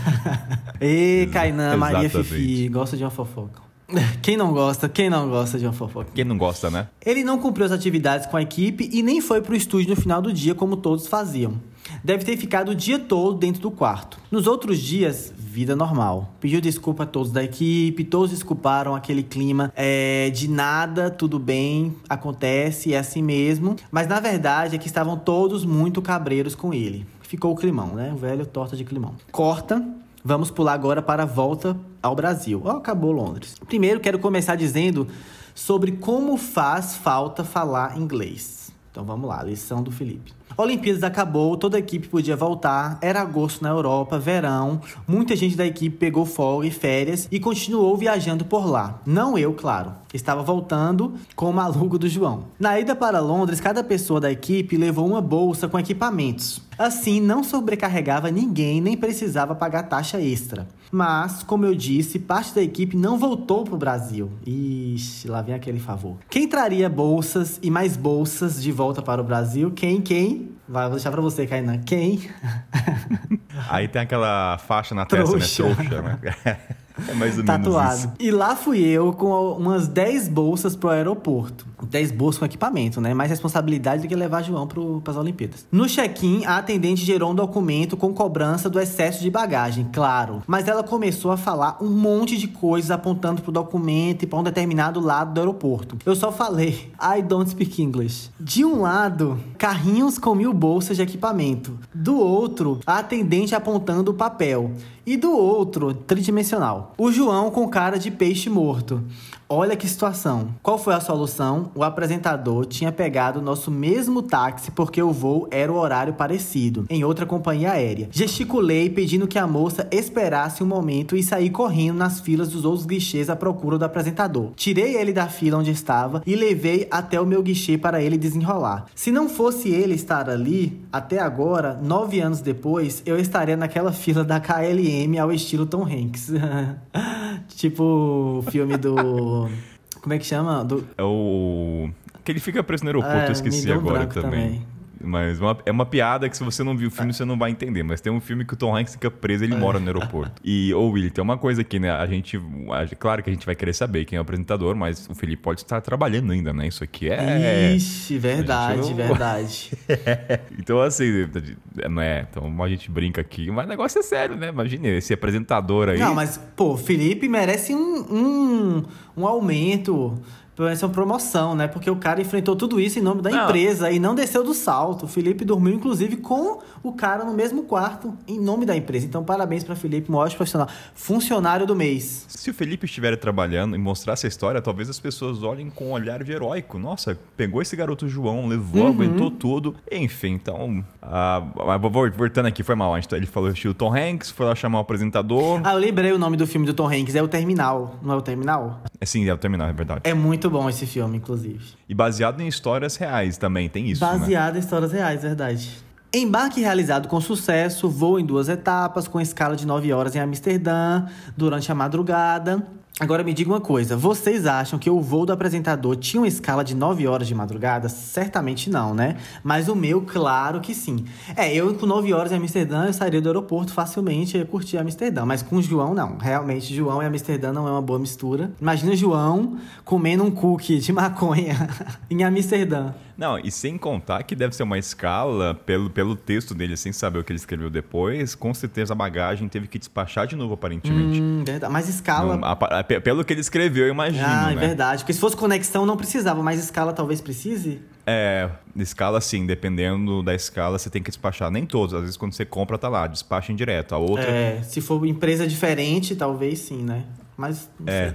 E Kainan, Maria Fifi, gosta de uma fofoca. Quem não gosta? Quem não gosta de uma fofoca? Quem não gosta, né? Ele não cumpriu as atividades com a equipe e nem foi pro estúdio no final do dia, como todos faziam. Deve ter ficado o dia todo dentro do quarto. Nos outros dias, vida normal. Pediu desculpa a todos da equipe, todos desculparam aquele clima é, de nada, tudo bem, acontece, é assim mesmo. Mas na verdade é que estavam todos muito cabreiros com ele. Ficou o climão, né? O velho torta de climão. Corta. Vamos pular agora para a volta ao Brasil. Oh, acabou Londres. Primeiro, quero começar dizendo sobre como faz falta falar inglês. Então vamos lá, lição do Felipe. Olimpíadas acabou, toda a equipe podia voltar, era agosto na Europa, verão, muita gente da equipe pegou folga e férias e continuou viajando por lá. Não eu, claro. Estava voltando com o maluco do João. Na ida para Londres, cada pessoa da equipe levou uma bolsa com equipamentos. Assim, não sobrecarregava ninguém, nem precisava pagar taxa extra. Mas, como eu disse, parte da equipe não voltou para o Brasil. Ixi, lá vem aquele favor. Quem traria bolsas e mais bolsas de volta para o Brasil? Quem, quem? Vai, vou deixar para você, Kainan. Quem? Aí tem aquela faixa na testa, Trouxa. né? Trouxa, né? É mais ou Tatuado. menos isso. E lá fui eu com umas dez bolsas pro aeroporto. dez bolsas com equipamento, né? Mais responsabilidade do que levar João pro, pras Olimpíadas. No check-in, a atendente gerou um documento com cobrança do excesso de bagagem, claro. Mas ela começou a falar um monte de coisas apontando pro documento e pra um determinado lado do aeroporto. Eu só falei, I don't speak English. De um lado, carrinhos com mil bolsas de equipamento. Do outro, a atendente apontando o papel. E do outro, tridimensional. O João com cara de peixe morto. Olha que situação. Qual foi a solução? O apresentador tinha pegado o nosso mesmo táxi porque o voo era o horário parecido, em outra companhia aérea. Gesticulei pedindo que a moça esperasse um momento e saí correndo nas filas dos outros guichês à procura do apresentador. Tirei ele da fila onde estava e levei até o meu guichê para ele desenrolar. Se não fosse ele estar ali, até agora, nove anos depois, eu estaria naquela fila da K L M ao estilo Tom Hanks. Tipo o filme do... Como é que chama? Do... É o... Que ele fica preso no aeroporto, É, eu esqueci me deu um agora branco também. também. Mas uma- é uma piada que se você não viu o filme, você não vai entender. Mas tem um filme que o Tom Hanks fica preso e ele mora no aeroporto. E, ô Willi, tem uma coisa aqui, né? A gente... a- claro que a gente vai querer saber quem é o apresentador, mas o Felipe pode estar trabalhando ainda, né? Isso aqui é... Ixi, verdade, A gente não- verdade. Então, assim, não é... Então a gente brinca aqui, mas o negócio é sério, né? Imagina, esse apresentador aí... Não, mas, pô, Felipe merece um, um, um aumento, merece uma promoção, né? Porque o cara enfrentou tudo isso em nome da Não. empresa e não desceu do salto. O Felipe dormiu, inclusive, com o cara no mesmo quarto, em nome da empresa. Então, parabéns pra Felipe, um ótimo profissional. Funcionário do mês. Se o Felipe estiver trabalhando e mostrar essa história, talvez as pessoas olhem com um olhar de heróico. Nossa, pegou esse garoto João, levou, Uhum. aguentou tudo. Enfim, então... ah, vou- voltando aqui, foi mal. A gente- Ele falou estilo Tom Hanks, foi lá chamar o apresentador. Ah, eu lembrei o nome do filme do Tom Hanks, é O Terminal. Não é O Terminal? É, sim, é o terminal, é verdade. É muito bom esse filme, inclusive. E baseado em histórias reais também, tem isso, né? Baseado em histórias reais, verdade. Embarque realizado com sucesso, voo em duas etapas, com escala de nove horas em Amsterdã, durante a madrugada. Agora me diga uma coisa, vocês acham que o voo do apresentador tinha uma escala de nove horas de madrugada? Certamente não, né? Mas o meu, claro que sim. É, eu com nove horas em Amsterdã, eu sairia do aeroporto facilmente e ia curtir Amsterdã. Mas com o João, não. Realmente, João e Amsterdã não é uma boa mistura. Imagina o João comendo um cookie de maconha em Amsterdã. Não, e sem contar que deve ser uma escala, pelo, pelo texto dele, sem saber o que ele escreveu depois, com certeza a bagagem teve que despachar de novo, aparentemente. Hum, verdade. Mas escala... Não, a- a- pe- pelo que ele escreveu, eu imagino, Ah, é né? verdade. Porque se fosse conexão, não precisava. Mas escala talvez precise? É, escala sim, dependendo da escala, você tem que despachar. Nem todos, às vezes quando você compra, tá lá, despachem direto. A outra... É, se for empresa diferente, talvez sim, né? Mas, não É. sei.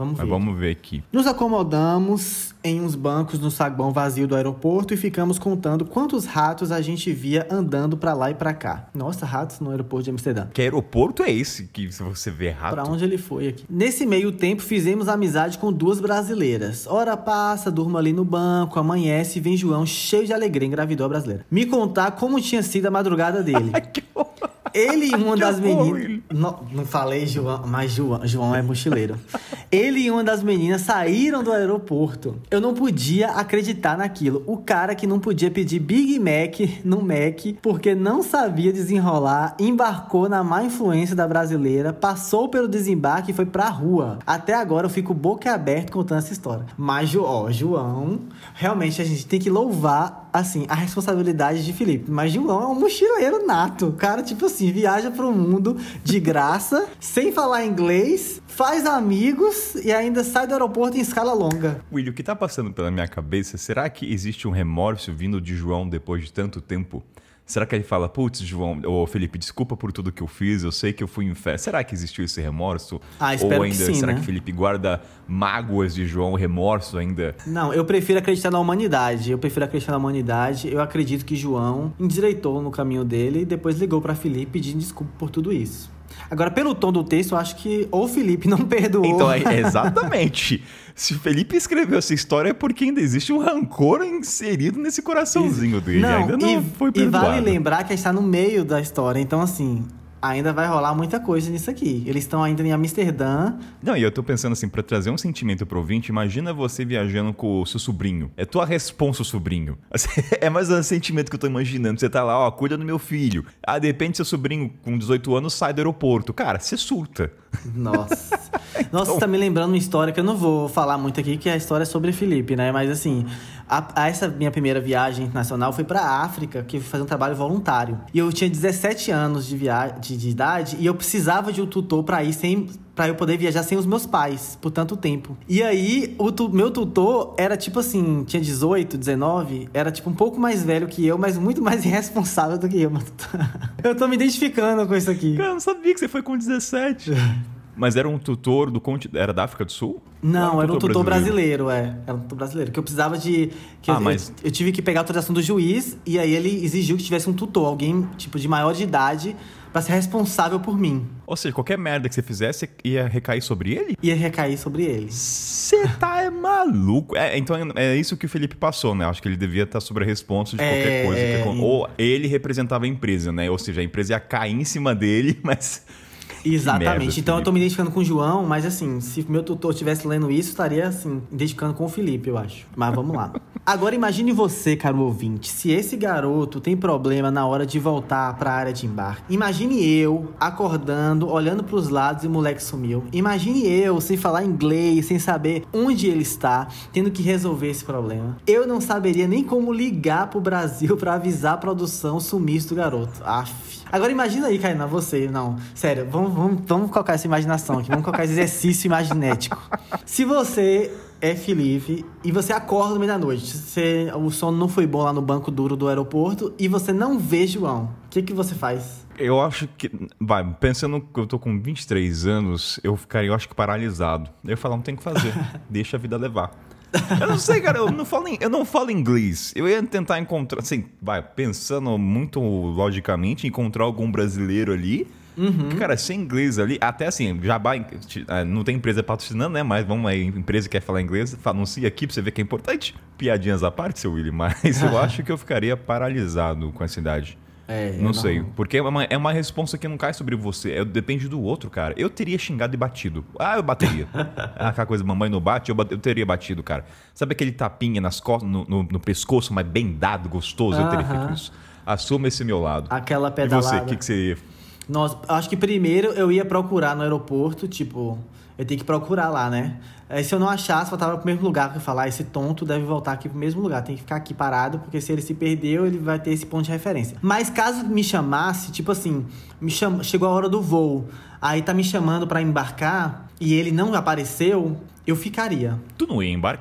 Vamos ver. Mas vamos ver aqui. Nos acomodamos em uns bancos no saguão vazio do aeroporto e ficamos contando quantos ratos a gente via andando pra lá e pra cá. Nossa, ratos no aeroporto de Amsterdã. Que aeroporto é esse que você vê rato? Pra onde ele foi aqui? Nesse meio tempo, fizemos amizade com duas brasileiras. Hora passa, durmo ali no banco, amanhece e vem João cheio de alegria, engravidou a brasileira. Me contar como tinha sido a madrugada dele. Que horror. Ele e uma Que das horror, meninas... Não, não falei João, mas João, João é mochileiro. Ele e uma das meninas saíram do aeroporto. Eu não podia acreditar naquilo. O cara que não podia pedir Big Mac no Mac porque não sabia desenrolar, embarcou na má influência da brasileira, passou pelo desembarque e foi pra rua. Até agora eu fico boca aberta contando essa história. Mas, ó, João... Realmente a gente tem que louvar, assim, a responsabilidade de Felipe. Mas João é um mochileiro nato. O cara, tipo assim, viaja pro mundo de graça, sem falar inglês, faz amigos e ainda sai do aeroporto em escala longa. William, o que tá passando pela minha cabeça, será que existe um remorso vindo de João depois de tanto tempo? Será que ele fala, putz, João, ou Felipe, desculpa por tudo que eu fiz, eu sei que eu fui em fé. Será que existiu esse remorso? Ah, espero ou ainda, que sim, será né? que Felipe guarda mágoas de João, remorso ainda? Não, eu prefiro acreditar na humanidade. Eu prefiro acreditar na humanidade. Eu acredito que João endireitou no caminho dele e depois ligou pra Felipe pedindo desculpa por tudo isso. Agora, pelo tom do texto, eu acho que ou Felipe não perdoou. Então, é, exatamente. Se Felipe escreveu essa história é porque ainda existe um rancor inserido nesse coraçãozinho dele. Não, ainda não e, foi perdoado. E vale lembrar que está no meio da história. Então, assim, ainda vai rolar muita coisa nisso aqui. Eles estão ainda em Amsterdã. Não, e eu tô pensando assim, pra trazer um sentimento pro ouvinte, imagina você viajando com o seu sobrinho. É tua responsa, sobrinho. Assim, é mais um sentimento que eu tô imaginando. Você tá lá, ó, cuida do meu filho. Ah, de repente seu sobrinho com dezoito anos sai do aeroporto. Cara, você surta. Nossa. Então... Nossa, você tá me lembrando uma história que eu não vou falar muito aqui, que é a história sobre Felipe, né? Mas assim, a, a essa minha primeira viagem internacional foi pra África, que eu fui fazer um trabalho voluntário. E eu tinha dezessete anos de, via... de, de idade e eu precisava de um tutor pra ir sem... pra eu poder viajar sem os meus pais por tanto tempo. E aí, o tu, meu tutor era tipo assim, tinha dezoito, dezenove, era tipo um pouco mais velho que eu, mas muito mais irresponsável do que eu, meu tutor. Eu tô me identificando com isso aqui. Cara, eu não sabia que você foi com dezessete. Mas era um tutor do continente... Era da África do Sul? Não, era um era um tutor brasileiro, brasileiro é. Era um tutor brasileiro. Que eu precisava de... Que ah, eu, mas... eu, eu tive que pegar a autorização do juiz e aí ele exigiu que tivesse um tutor, alguém tipo de maior de idade, pra ser responsável por mim. Ou seja, qualquer merda que você fizesse ia recair sobre ele? Ia recair sobre ele. Você tá é maluco. É, então é isso que o Felipe passou, né? Acho que ele devia estar sobre a responsa de qualquer é, coisa. É... Que... Ou ele representava a empresa, né? Ou seja, a empresa ia cair em cima dele, mas... Exatamente. Merda, então Felipe. eu tô me identificando com o João, mas assim, se meu tutor estivesse lendo isso, estaria assim, identificando com o Felipe, eu acho. Mas vamos lá. Agora imagine você, caro ouvinte, se esse garoto tem problema na hora de voltar pra área de embarque. Imagine eu acordando, olhando pros lados e o moleque sumiu. Imagine eu sem falar inglês, sem saber onde ele está, tendo que resolver esse problema. Eu não saberia nem como ligar pro Brasil pra avisar a produção o sumiço do garoto. Aff. Agora imagina aí, Kainá, você, não, sério, vamos, vamos, vamos colocar essa imaginação aqui, vamos colocar esse exercício imaginético. Se você é Felipe e você acorda no meio da noite, você, o sono não foi bom lá no banco duro do aeroporto e você não vê João, o que, que você faz? Eu acho que... Vai, pensando que eu tô com vinte e três anos, eu ficaria, eu acho que paralisado. Eu ia falar, não tem o que fazer, deixa a vida levar. Eu não sei, cara, eu não falo, eu não falo inglês. Eu ia tentar encontrar, assim, vai, pensando muito logicamente, encontrar algum brasileiro ali. Uhum. Cara, sem inglês ali, até assim, Jabá, não tem empresa patrocinando, né? Mas vamos aí, empresa que quer falar inglês, anuncia aqui pra você ver que é importante. Piadinhas à parte, seu Willy, mas eu acho que eu ficaria paralisado com essa idade. É, não, não sei, porque é uma, é uma responsa que não cai sobre você, é, depende do outro, cara. Eu teria xingado e batido. Ah, eu bateria. Aquela coisa, mamãe não bate, eu, bate, eu teria batido, cara. Sabe aquele tapinha nas costas, no, no, no pescoço, mas bem dado, gostoso? Uh-huh. Eu teria feito isso. Assuma esse meu lado. Aquela pedalada. E você, o que, que você ia? Nossa, acho que primeiro eu ia procurar no aeroporto, tipo... Eu tenho que procurar lá, né? Aí, se eu não achasse, voltava pro mesmo lugar. Pra eu falar, esse tonto deve voltar aqui pro mesmo lugar. Tem que ficar aqui parado, porque se ele se perdeu, ele vai ter esse ponto de referência. Mas caso me chamasse, tipo assim... Me cham... Chegou a hora do voo. Aí tá me chamando pra embarcar e ele não apareceu, eu ficaria. Tu não ia embarcar?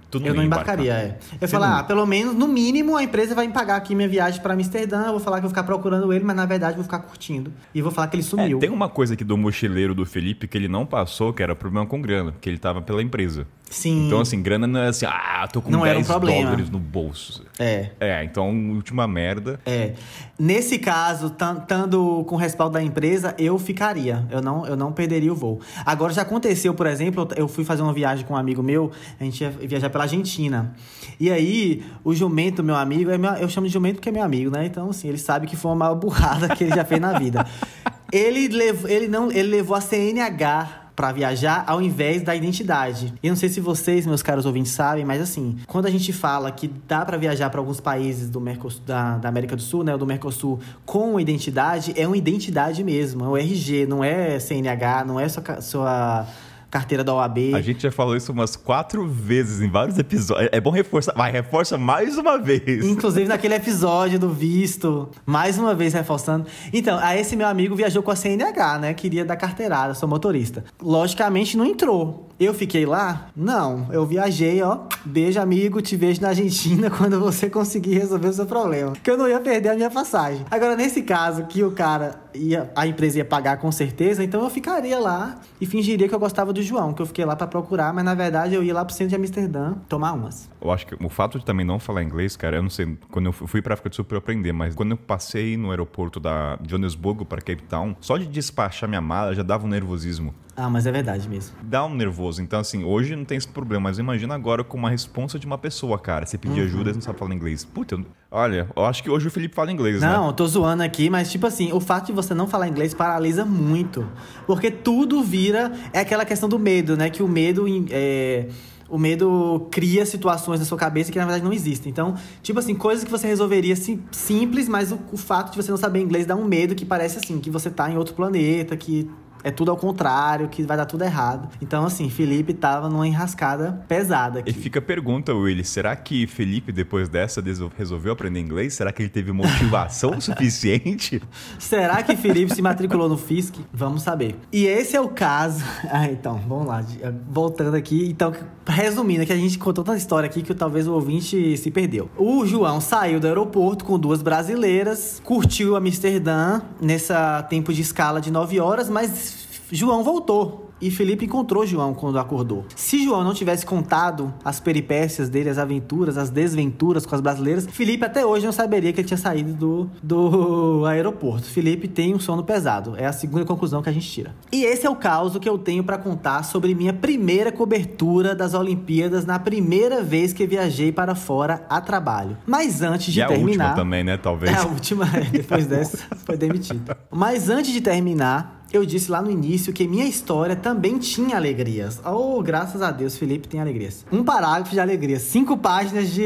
Tu não eu não ia embarcaria, embarcar. é. Eu ia Você falar, não- ah, pelo menos, no mínimo, a empresa vai me pagar aqui minha viagem pra Amsterdã. Eu vou falar que eu vou ficar procurando ele, mas na verdade eu vou ficar curtindo. E vou falar que ele É, sumiu. tem uma coisa aqui do mochileiro do Felipe que ele não passou, que era problema com grana, que ele tava pela empresa. Sim. Então, assim, grana não é assim, ah, tô com Não era um dez problema. dólares no bolso. É. É, então, última merda. É. Nesse caso, estando com o respaldo da empresa, eu ficaria. Eu não, eu não perderia o voo. Agora, já aconteceu, por exemplo, eu fui fazer uma viagem com um amigo meu, a gente ia viajar pela Argentina. E aí, o jumento, meu amigo, é meu, eu chamo de jumento porque é meu amigo, né? Então, assim, ele sabe que foi uma maior burrada que ele já fez na vida. Ele, lev, ele, não, ele levou a C N H pra viajar ao invés da identidade. E eu não sei se vocês, meus caros ouvintes, sabem, mas assim, quando a gente fala que dá pra viajar pra alguns países do Mercosul, da, da América do Sul, né, ou do Mercosul, com identidade, é uma identidade mesmo, é o R G, não é C N H, não é sua, sua carteira da O A B. A gente já falou isso umas quatro vezes em vários episódios. É bom reforçar. Vai, reforça mais uma vez. Inclusive naquele episódio do visto, mais uma vez reforçando. Então, aí esse meu amigo viajou com a C N H, né? Queria dar carteirada, sou motorista. Logicamente não entrou. Eu fiquei lá? Não. Eu viajei, ó. Beijo, amigo. Te vejo na Argentina quando você conseguir resolver o seu problema. Que eu não ia perder a minha passagem. Agora, nesse caso, que o cara ia... A empresa ia pagar com certeza, então eu ficaria lá e fingiria que eu gostava do João, que eu fiquei lá pra procurar, mas na verdade eu ia lá pro centro de Amsterdã tomar umas. Eu acho que o fato de também não falar inglês, cara, eu não sei, quando eu fui pra África do Sul pra eu aprender, mas quando eu passei no aeroporto da Johannesburgo pra Cape Town, só de despachar minha mala já dava um nervosismo. Ah, mas é verdade mesmo. Dá um nervoso. Então, assim, hoje não tem esse problema, mas imagina agora com uma responsa de uma pessoa, cara. Você pedir Uhum. ajuda e não sabe falar inglês. Puta, eu... olha, eu acho que hoje o Felipe fala inglês, né? Não, eu tô zoando aqui, mas tipo assim, o fato de você não falar inglês paralisa muito. Porque tudo vira... É aquela questão do medo, né? Que o medo... É... O medo cria situações na sua cabeça que, na verdade, não existem. Então, tipo assim, coisas que você resolveria sim, simples, mas o, o fato de você não saber inglês dá um medo que parece assim, que você tá em outro planeta, que é tudo ao contrário, que vai dar tudo errado. Então, assim, Felipe tava numa enrascada pesada aqui. E fica a pergunta, Willy, será que Felipe, depois dessa, resolveu aprender inglês? Será que ele teve motivação suficiente? Será que Felipe se matriculou no F I S C? Vamos saber. E esse é o caso... Ah, então, vamos lá. Voltando aqui. Então, resumindo, que a gente contou tanta história aqui que talvez o ouvinte se perdeu. O João saiu do aeroporto com duas brasileiras, curtiu Amsterdã nessa tempo de escala de nove horas, mas João voltou. E Felipe encontrou João quando acordou. Se João não tivesse contado as peripécias dele, as aventuras, as desventuras com as brasileiras, Felipe até hoje não saberia que ele tinha saído do, do aeroporto. Felipe tem um sono pesado. É a segunda conclusão que a gente tira. E esse é o caso que eu tenho pra contar sobre minha primeira cobertura das Olimpíadas na primeira vez que viajei para fora a trabalho. Mas antes de e terminar... a última também, né? Talvez. É a última, depois dessa foi demitido. Mas antes de terminar... Eu disse lá no início que minha história também tinha alegrias. Oh, graças a Deus, Felipe tem alegrias. Um parágrafo de alegria. Cinco páginas de...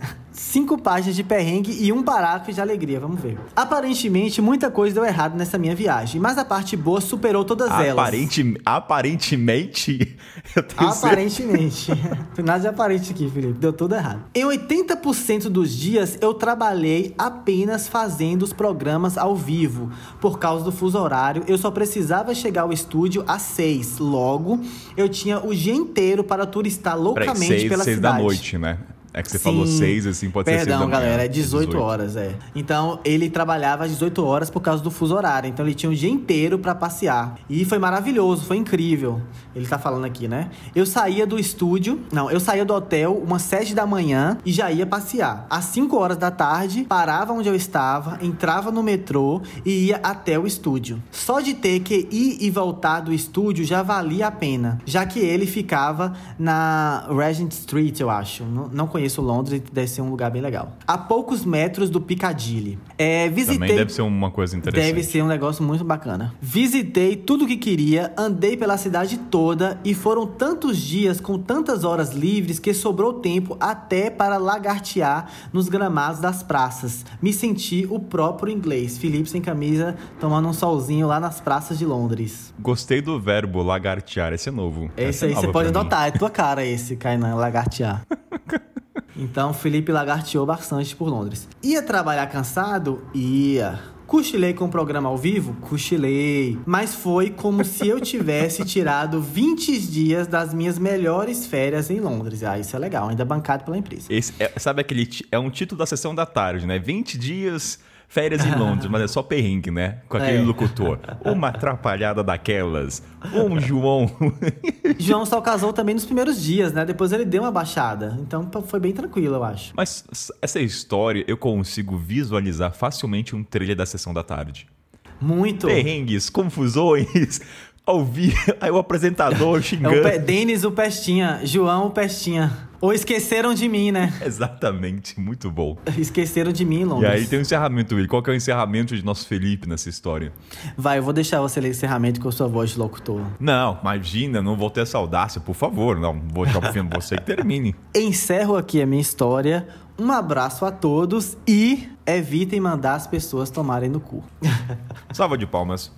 Cinco páginas de perrengue e um parágrafo de alegria. Vamos ver. Aparentemente, muita coisa deu errado nessa minha viagem. Mas a parte boa superou todas elas. Aparente... Aparentemente... Eu tenho Aparentemente. Não tem nada de aparente aqui, Felipe. Deu tudo errado. Em oitenta por cento dos dias, eu trabalhei apenas fazendo os programas ao vivo. Por causa do fuso horário, eu só precisava chegar ao estúdio às seis. Logo, eu tinha o dia inteiro para turistar loucamente Peraí, seis, pela seis cidade. da noite, né? É que você Sim. falou seis, assim, pode Perdão, ser seis da manhã. galera, é dezoito horas, é. Então, ele trabalhava às dezoito horas por causa do fuso horário. Então, ele tinha o dia inteiro pra passear. E foi maravilhoso, foi incrível. Ele tá falando aqui, né? Eu saía do estúdio... Não, eu saía do hotel umas sete da manhã e já ia passear. Às cinco horas da tarde, parava onde eu estava, entrava no metrô e ia até o estúdio. Só de ter que ir e voltar do estúdio já valia a pena. Já que ele ficava na Regent Street, eu acho. Não, não conheço Londres, deve ser um lugar bem legal. A poucos metros do Piccadilly. É, visitei... Também deve ser uma coisa interessante. Deve ser um negócio muito bacana. Visitei tudo que queria, andei pela cidade toda e foram tantos dias com tantas horas livres que sobrou tempo até para lagartear nos gramados das praças. Me senti o próprio inglês. Felipe sem camisa, tomando um solzinho lá nas praças de Londres. Gostei do verbo lagartear, esse é novo. Esse Essa é aí você nova pode pra mim. anotar, é tua cara esse, Kainan, lagartear. Então, Felipe lagarteou bastante por Londres. Ia trabalhar cansado? Ia. Cochilei com o programa ao vivo? Cochilei. Mas foi como se eu tivesse tirado vinte dias das minhas melhores férias em Londres. Ah, isso é legal, ainda bancado pela empresa. Esse é, sabe aquele... ti- É um título da sessão da tarde, né? vinte dias... Férias em Londres, mas é só perrengue, né? Com aquele É. locutor. Uma atrapalhada daquelas. Um João. João só casou também nos primeiros dias, né? Depois ele deu uma baixada. Então foi bem tranquilo, eu acho. Mas essa história eu consigo visualizar facilmente um trailer da sessão da tarde. Muito. Perrengues, confusões, ouvir aí o apresentador É xingando. o Pe- Denis o Pestinha, João o Pestinha. Ou esqueceram de mim, né? Exatamente, muito bom. Esqueceram de mim em E Londres. aí tem o encerramento, Will. Qual que é o encerramento de nosso Felipe nessa história? Vai, eu vou deixar você ler o encerramento com a sua voz de locutor. Não, imagina, não vou ter essa audácia, por favor. Não, vou deixar pro fim, você que termine. Encerro aqui a minha história. Um abraço a todos e evitem mandar as pessoas tomarem no cu. Salva de palmas.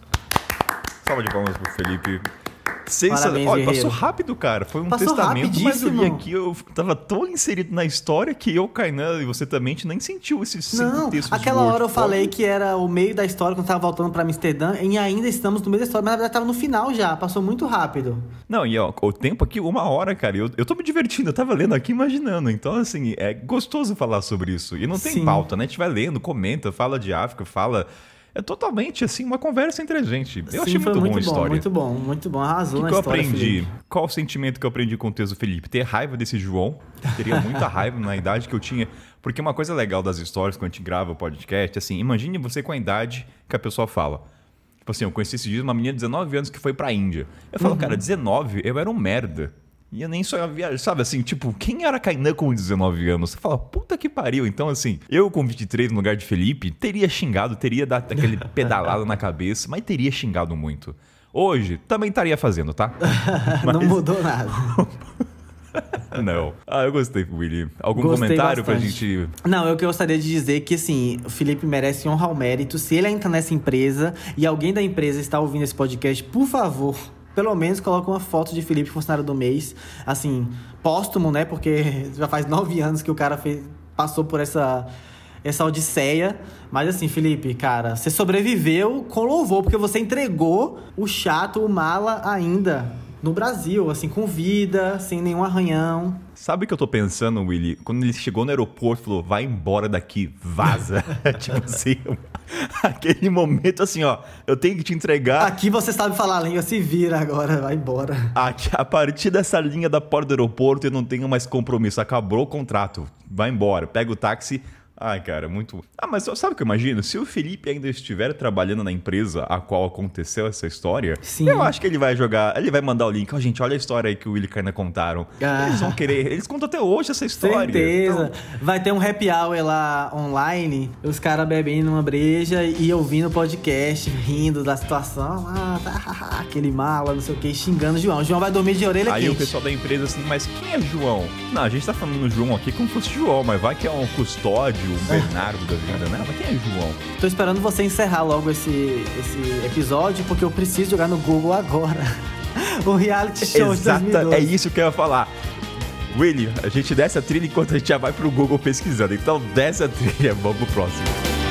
Salva de palmas pro Felipe. Sensa... Parabéns, Olha, guerreiro. passou rápido, cara. Foi um Passou testamento, mas eu li rapidíssimo. aqui, eu tava tão inserido na história que eu, Kainan, e você também, a gente nem sentiu esses cinco Não, textos de aquela Word. hora eu falei que era o meio da história quando tava voltando pra Amsterdã e ainda estamos no meio da história, mas na verdade tava no final já, passou muito rápido. Não, e ó, o tempo aqui, uma hora, cara. Eu, eu tô me divertindo, eu tava lendo aqui, imaginando. Então, assim, é gostoso falar sobre isso. E não tem Sim. pauta, né? A gente vai lendo, comenta, fala de África, fala... É totalmente, assim, uma conversa entre a gente. Eu Sim, achei foi muito, bom a bom, história. muito bom, muito bom, arrasou O na que, que eu história, aprendi? Felipe. Qual o sentimento que eu aprendi com o texto do Felipe? Ter raiva desse João. Teria muita raiva na idade que eu tinha. Porque uma coisa legal das histórias, quando a gente grava o podcast, assim, imagine você com a idade que a pessoa fala. Tipo assim, eu conheci esses dias uma menina de dezenove anos que foi pra Índia. Eu falo, cara, dezenove, eu era um merda. E eu nem só ia viajar, sabe assim, tipo, quem era Kainan com dezenove anos? Você fala, puta que pariu. Então, assim, eu com vinte e três no lugar de Felipe, teria xingado, teria dado aquele pedalado na cabeça, mas teria xingado muito. Hoje, também estaria fazendo, tá? Não mudou nada. Não. Ah, eu gostei, Willy. Algum Gostei comentário pra bastante. gente... Não, eu que gostaria de dizer que, assim, o Felipe merece honra ao mérito. Se ele entra nessa empresa e alguém da empresa está ouvindo esse podcast, por favor, pelo menos coloca uma foto de Felipe, funcionário do mês. Assim, póstumo, né? Porque já faz nove anos que o cara fez, passou por essa... essa odisseia. Mas assim, Felipe, cara, você sobreviveu com louvor, porque você entregou o chato, o mala ainda no Brasil, assim, com vida, sem nenhum arranhão. Sabe o que eu tô pensando, Willy? Quando ele chegou no aeroporto, falou, vai embora daqui, vaza. Tipo assim, aquele momento assim, ó, eu tenho que te entregar... Aqui você sabe falar a língua, se vira agora, vai embora. Aqui, a partir dessa linha da porta do aeroporto, eu não tenho mais compromisso. Acabou o contrato. Vai embora. Pega o táxi. Ai, cara, muito... Ah, mas sabe o que eu imagino? Se o Felipe ainda estiver trabalhando na empresa a qual aconteceu essa história, Sim. eu acho que ele vai jogar... Ele vai mandar o link. Ó, oh, gente, olha a história aí que o Willy e Kainan contaram. Ah. Eles vão querer... Eles contam até hoje essa história. Certeza. Então... Vai ter um happy hour lá online, os caras bebendo uma breja e ouvindo o podcast, rindo da situação. Ah, tá, aquele mala, não sei o que, xingando o João. O João vai dormir de orelha Aí quente. o pessoal da empresa assim, mas quem é João? Não, a gente tá falando do João aqui como se fosse João, mas vai que é um custódio, um Bernardo da vida, né? Mas quem é João? Tô esperando você encerrar logo esse, esse episódio, porque eu preciso jogar no Google agora. O reality show de dois mil e Exato, doze. é isso que eu ia falar. Willy, a gente desce a trilha enquanto a gente já vai pro Google pesquisando. Então desce a trilha, vamos pro próximo.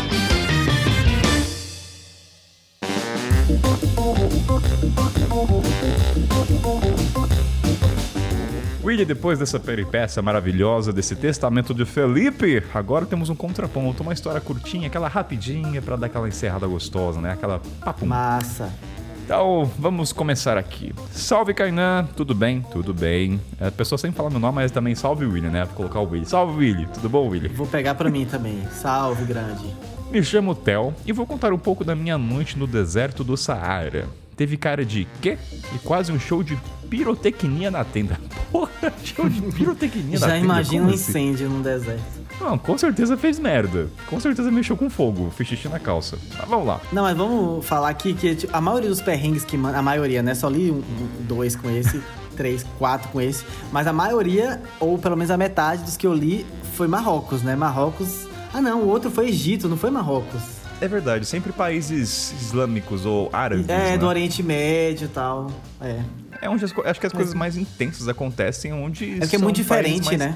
Willy, depois dessa peripécia maravilhosa, desse testamento de Felipe, agora temos um contraponto, uma história curtinha, aquela rapidinha pra dar aquela encerrada gostosa, né? Aquela papo. Massa. Então, vamos começar aqui. Salve, Kainan. Tudo bem? Tudo bem. A pessoa sempre fala meu nome, mas também salve o Willy, né? Vou colocar o Willy. Salve, Willy. Tudo bom, Willy? Vou pegar pra mim também. Salve, grande. Me chamo Theo e vou contar um pouco da minha noite no deserto do Saara. Teve cara de quê? E quase um show de pirotecnia na tenda. Porra, show de pirotecnia na Já tenda. imagina Como um assim? incêndio no deserto. Não, com certeza fez merda. Com certeza mexeu com fogo, fez xixi na calça. Mas vamos lá. Não, mas vamos falar aqui que tipo, a maioria dos perrengues que... man- A maioria, né? Só li um, um, dois com esse, três, quatro com esse. Mas a maioria, ou pelo menos a metade dos que eu li, foi Marrocos, né? Marrocos... Ah, não, o outro foi Egito, não foi Marrocos. É verdade, sempre países islâmicos ou árabes, É, né? do Oriente Médio e tal. É. É onde as, co- acho que as coisas mais intensas acontecem, onde É porque é são muito países diferente, mais- né?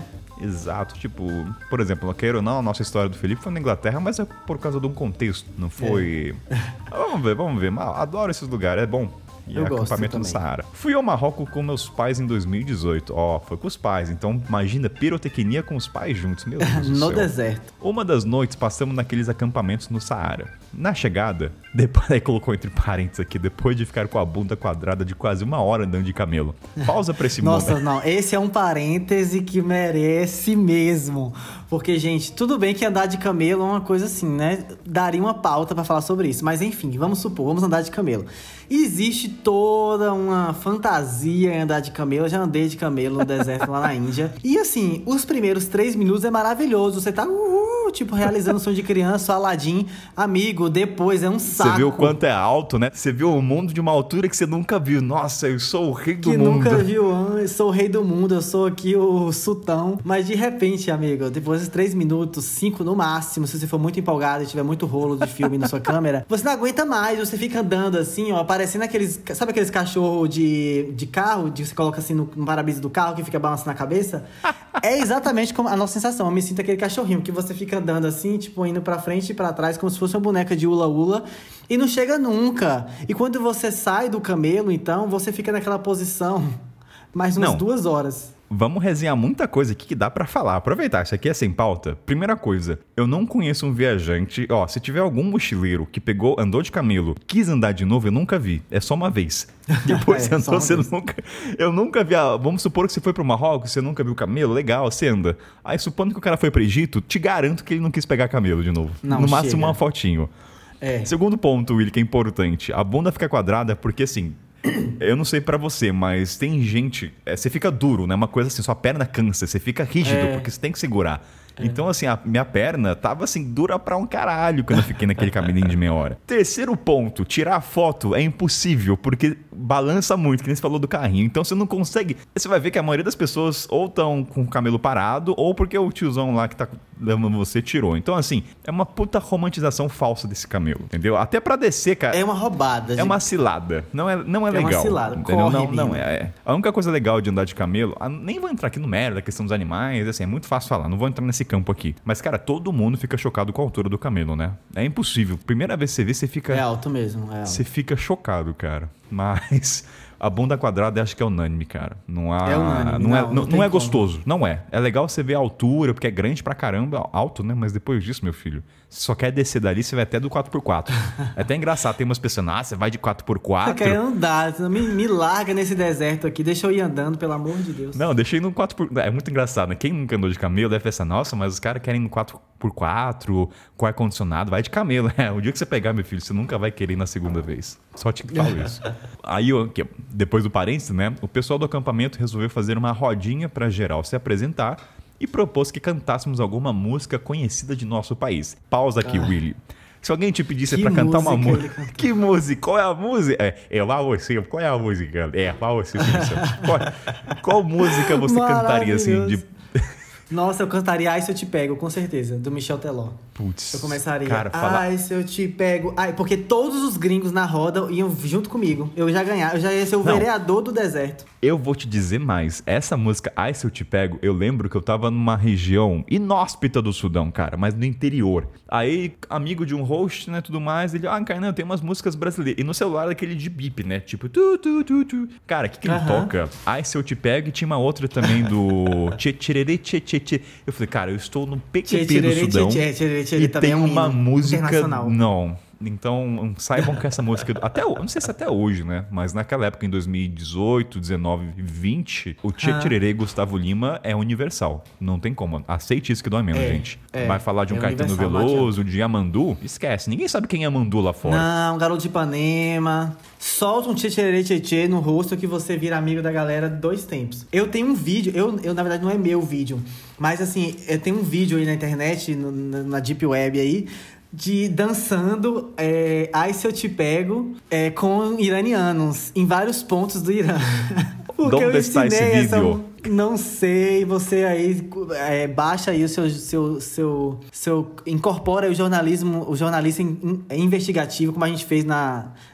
Exato, tipo, por exemplo, queira ou não, a nossa história do Felipe foi na Inglaterra, mas é por causa de um contexto, não foi... É. Vamos ver, vamos ver, mas adoro esses lugares, é bom. E eu é gosto acampamento no também. Saara. Fui ao Marrocos com meus pais em dois mil e dezoito. Ó, foi com os pais. Então, imagina, pirotecnia com os pais juntos. Meu Deus do No céu. deserto. Uma das noites, passamos naqueles acampamentos no Saara. Na chegada, depois, aí colocou entre parênteses aqui, depois de ficar com a bunda quadrada de quase uma hora andando de camelo. Pausa pra esse Nossa, momento. não, esse é um parêntese que merece mesmo. Porque, gente, tudo bem que andar de camelo é uma coisa assim, né? Daria uma pauta pra falar sobre isso. Mas enfim, vamos supor, vamos andar de camelo. Existe toda uma fantasia em andar de camelo. Eu já andei de camelo no deserto lá na Índia. E assim, os primeiros três minutos é maravilhoso. Você tá, uhul, tipo, realizando sonho de criança, Aladim, amigo. Depois é um saco. Você viu o quanto é alto, né? Você viu o mundo de uma altura que você nunca viu. Nossa, eu sou o rei do que mundo. Que nunca viu, eu sou o rei do mundo, eu sou aqui o sultão. Mas de repente, amigo, depois de três minutos, cinco no máximo, se você for muito empolgado e tiver muito rolo de filme na sua câmera, você não aguenta mais, você fica andando assim, ó, parecendo aqueles... Sabe aqueles cachorros de, de carro, de você coloca assim no, no para-brisa do carro, que fica balançando a cabeça? É exatamente como a nossa sensação. Eu me sinto aquele cachorrinho, que você fica andando assim, tipo, indo pra frente e pra trás, como se fosse uma boneca de ula-ula, e não chega nunca. E quando você sai do camelo, então, você fica naquela posição mais umas Não. duas horas. Vamos resenhar muita coisa aqui que dá pra falar. Aproveitar, isso aqui é sem pauta. Primeira coisa, eu não conheço um viajante... Ó, se tiver algum mochileiro que pegou, andou de camelo, quis andar de novo, eu nunca vi. É só uma vez. Depois É, você só andou, uma você vez. nunca... Eu nunca vi... A... Vamos supor que você foi pro Marrocos, você nunca viu camelo, legal, você anda. Aí, supondo que o cara foi pro Egito, te garanto que ele não quis pegar camelo de novo. Não, no máximo chega. uma fotinho. É. Segundo ponto, Willi, que é importante. A bunda fica quadrada porque, assim... Eu não sei pra você, mas tem gente... é, você fica duro, né? Uma coisa assim, sua perna cansa. Você fica rígido, É. porque você tem que segurar. Então, assim, a minha perna tava, assim, dura pra um caralho quando eu fiquei naquele caminho de meia hora. Terceiro ponto, tirar foto é impossível, porque balança muito, que nem você falou do carrinho. Então, você não consegue... Você vai ver que a maioria das pessoas ou estão com o camelo parado, ou porque o tiozão lá que tá levando você tirou. Então, assim, é uma puta romantização falsa desse camelo, entendeu? Até pra descer, cara... É uma roubada. É uma cilada. Não é, não é, É uma legal. cilada. Entendeu? Corre, Não, não menino. é, é. A única coisa legal de andar de camelo, ah, nem vou entrar aqui no mérito da questão dos animais, assim, é muito fácil falar, não vou entrar nesse campo aqui. Mas, cara, todo mundo fica chocado com a altura do camelo, né? É impossível. Primeira vez que você vê, você fica. É alto mesmo, é alto. Você fica chocado, cara. Mas a bunda quadrada acho que é unânime, cara. Não há. É unânime, não, é, não, não, não não tem é como. gostoso. Não é. É legal você ver a altura, porque é grande pra caramba, alto, né? Mas depois disso, meu filho, você só quer descer dali, você vai até do quatro por quatro. É até engraçado. Tem umas pessoas, ah, você vai de quatro por Eu quatro. quero andar, me, me larga nesse deserto aqui, deixa eu ir andando, pelo amor de Deus. Não, deixei no quatro por quatro. É muito engraçado, né? Quem nunca andou de camelo deve pensar, nossa, mas os caras querem no quatro por quatro, com ar-condicionado, vai de camelo. É, o dia que você pegar, meu filho, você nunca vai querer ir na segunda vez. Só te falo isso. Aí, eu- que- depois do parênteses, né? O pessoal do acampamento resolveu fazer uma rodinha pra geral se apresentar e propôs que cantássemos alguma música conhecida de nosso país. Pausa aqui, Willy. Se alguém te pedisse Que pra cantar uma música ele música... cantou? Que música? Qual é a música? É, é lá você. Qual é a música? É, lá você. Silvio Santos. Qual, qual música você cantaria, assim, de... Maravilhoso. Nossa, eu cantaria Ai Se Eu Te Pego, com certeza, do Michel Teló. Putz. Eu começaria, Cara, fala... ai, se eu te pego... Ai, porque todos os gringos na roda iam junto comigo. Eu já ganhava, eu já ia ser o Não. vereador do deserto. Eu vou te dizer mais. Essa música, Ai Se Eu Te Pego, eu lembro que eu tava numa região inóspita do Sudão, cara, mas no interior. Aí, amigo de um host, né, tudo mais, ele, ah, Kainan, tem umas músicas brasileiras. E no celular, aquele de bip, né, tipo, tu, tu, tu, tu. Cara, o que que ele Aham. toca? Ai Se Eu Te Pego, e tinha uma outra também do tchê, tchê, tchê, tchê, tchê. Eu falei, cara, eu estou no P Q P do Tchê, tchê, Sudão tchê, tchê, tchê, e também tem é um uma hino música... internacional. Não... Então, saibam que essa música... Até, o- não sei se até hoje, né? Mas naquela época, em dois mil e dezoito, dezenove, vinte, o Tchê Ah. Tchererê e Gustavo Lima é universal. Não tem como. Aceite isso que dói menos, É, gente. é. Vai falar de um É Caetano universal, não Veloso, de Yamandu? Esquece. Ninguém sabe quem é Yamandu lá fora. Não, garoto de Ipanema. Solta um tchê tchê tchê no rosto que você vira amigo da galera dois tempos. Eu tenho um vídeo, eu, eu na verdade não é meu vídeo, mas assim, eu tenho um vídeo aí na internet, no- na, na Deep Web aí, de dançando é, Ai Se Eu Te Pego é, com iranianos em vários pontos do Irã. Porque De onde eu está esse ensinei essa- vídeo? Não sei, você aí é, baixa aí o seu, seu, seu, seu. Incorpora aí o jornalismo, o jornalismo in- in- investigativo, como a gente fez na,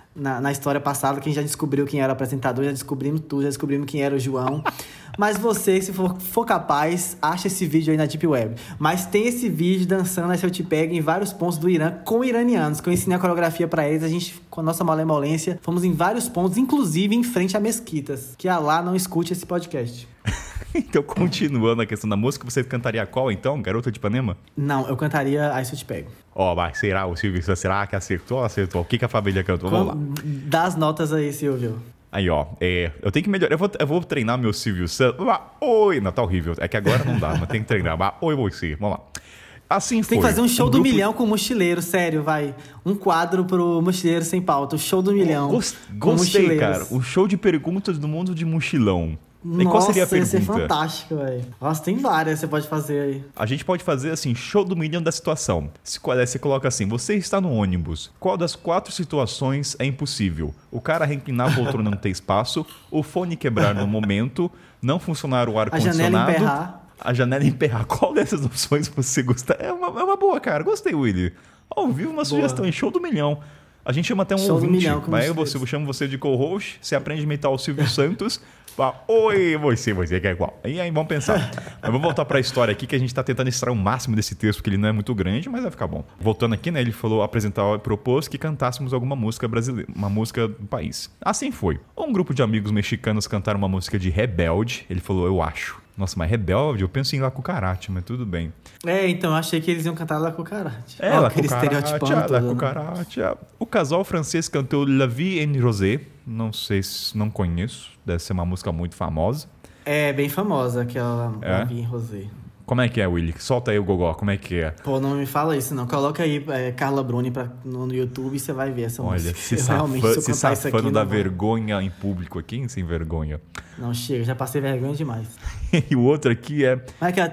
na, na história passada, que a gente já descobriu quem era o apresentador, já descobrimos tudo, já descobrimos quem era o João. Mas você, se for, for capaz, acha esse vídeo aí na Deep Web. Mas tem esse vídeo dançando a Se Eu Te Pego em vários pontos do Irã com iranianos, que eu ensinei a coreografia pra eles. A gente, com a nossa malemolência, fomos em vários pontos, inclusive em frente a mesquitas. Que Alá não escute esse podcast. Então, continuando a questão da música, você cantaria qual, então? Garota de Ipanema? Não, eu cantaria Aí Se Eu Te Pego. Ó, oh, mas será o Silvio, será que acertou ou acertou? O que, que a família cantou? Vamos lá. Dá as notas aí, Silvio. Aí, ó, é, eu tenho que melhorar. Eu vou, eu vou treinar meu Silvio Santos. Oi, não, tá horrível. É que agora não dá, mas tem que treinar. Mas, oi, você. Vamos lá. Assim foi. Tem que fazer um show um do grupo... milhão com o mochileiro, sério, vai. Um quadro pro Mochileiro Sem Pauta. O show do milhão. Gost... Gostei, cara. O show de perguntas do mundo de mochilão. E qual seria a pergunta? Ia ser fantástico, velho. Nossa, tem várias que você pode fazer aí. A gente pode fazer assim, show do milhão da situação. Se, você coloca assim, você está no ônibus. Qual das quatro situações é impossível? O cara reclinar a poltrona não ter espaço, o fone quebrar no momento, não funcionar o ar-condicionado. A janela emperrar. A janela emperrar. Qual dessas opções você gosta? É uma, é uma boa, cara. Gostei, Willy. Ao vivo, uma boa sugestão em show do milhão. A gente chama até um show ouvinte. Milhão, mas eu, você, eu chamo você de co-host, você aprende a imitar o Silvio Santos. Fala, oi, você, você que é igual. E aí, vamos pensar. Mas vamos voltar para a história aqui, que a gente está tentando extrair o máximo desse texto, porque ele não é muito grande, mas vai ficar bom. Voltando aqui, né, ele falou, apresentar e propôs que cantássemos alguma música brasileira, uma música do país. Assim foi. Um grupo de amigos mexicanos cantaram uma música de Rebelde. Ele falou, eu acho. Nossa, mas Rebelde, eu penso em La Cucaracha, mas tudo bem. É, então, eu achei que eles iam cantar La Cucaracha. É, oh, La Cucaracha, La Cucaracha. O casal francês cantou La Vie en Rosé. Não sei se não conheço. Deve ser uma música muito famosa. É, bem famosa, aquela é? La Vie en Rosé. Como é que é, Willy? Solta aí o gogó, como é que é? Pô, não me fala isso, não. Coloca aí é, Carla Bruni pra, no, no YouTube e você vai ver essa Olha, música. Se, safa, se safando da vergonha em público aqui, hein? Sem vergonha. Não, chega, já passei vergonha demais. E o outro aqui é... Mas que é...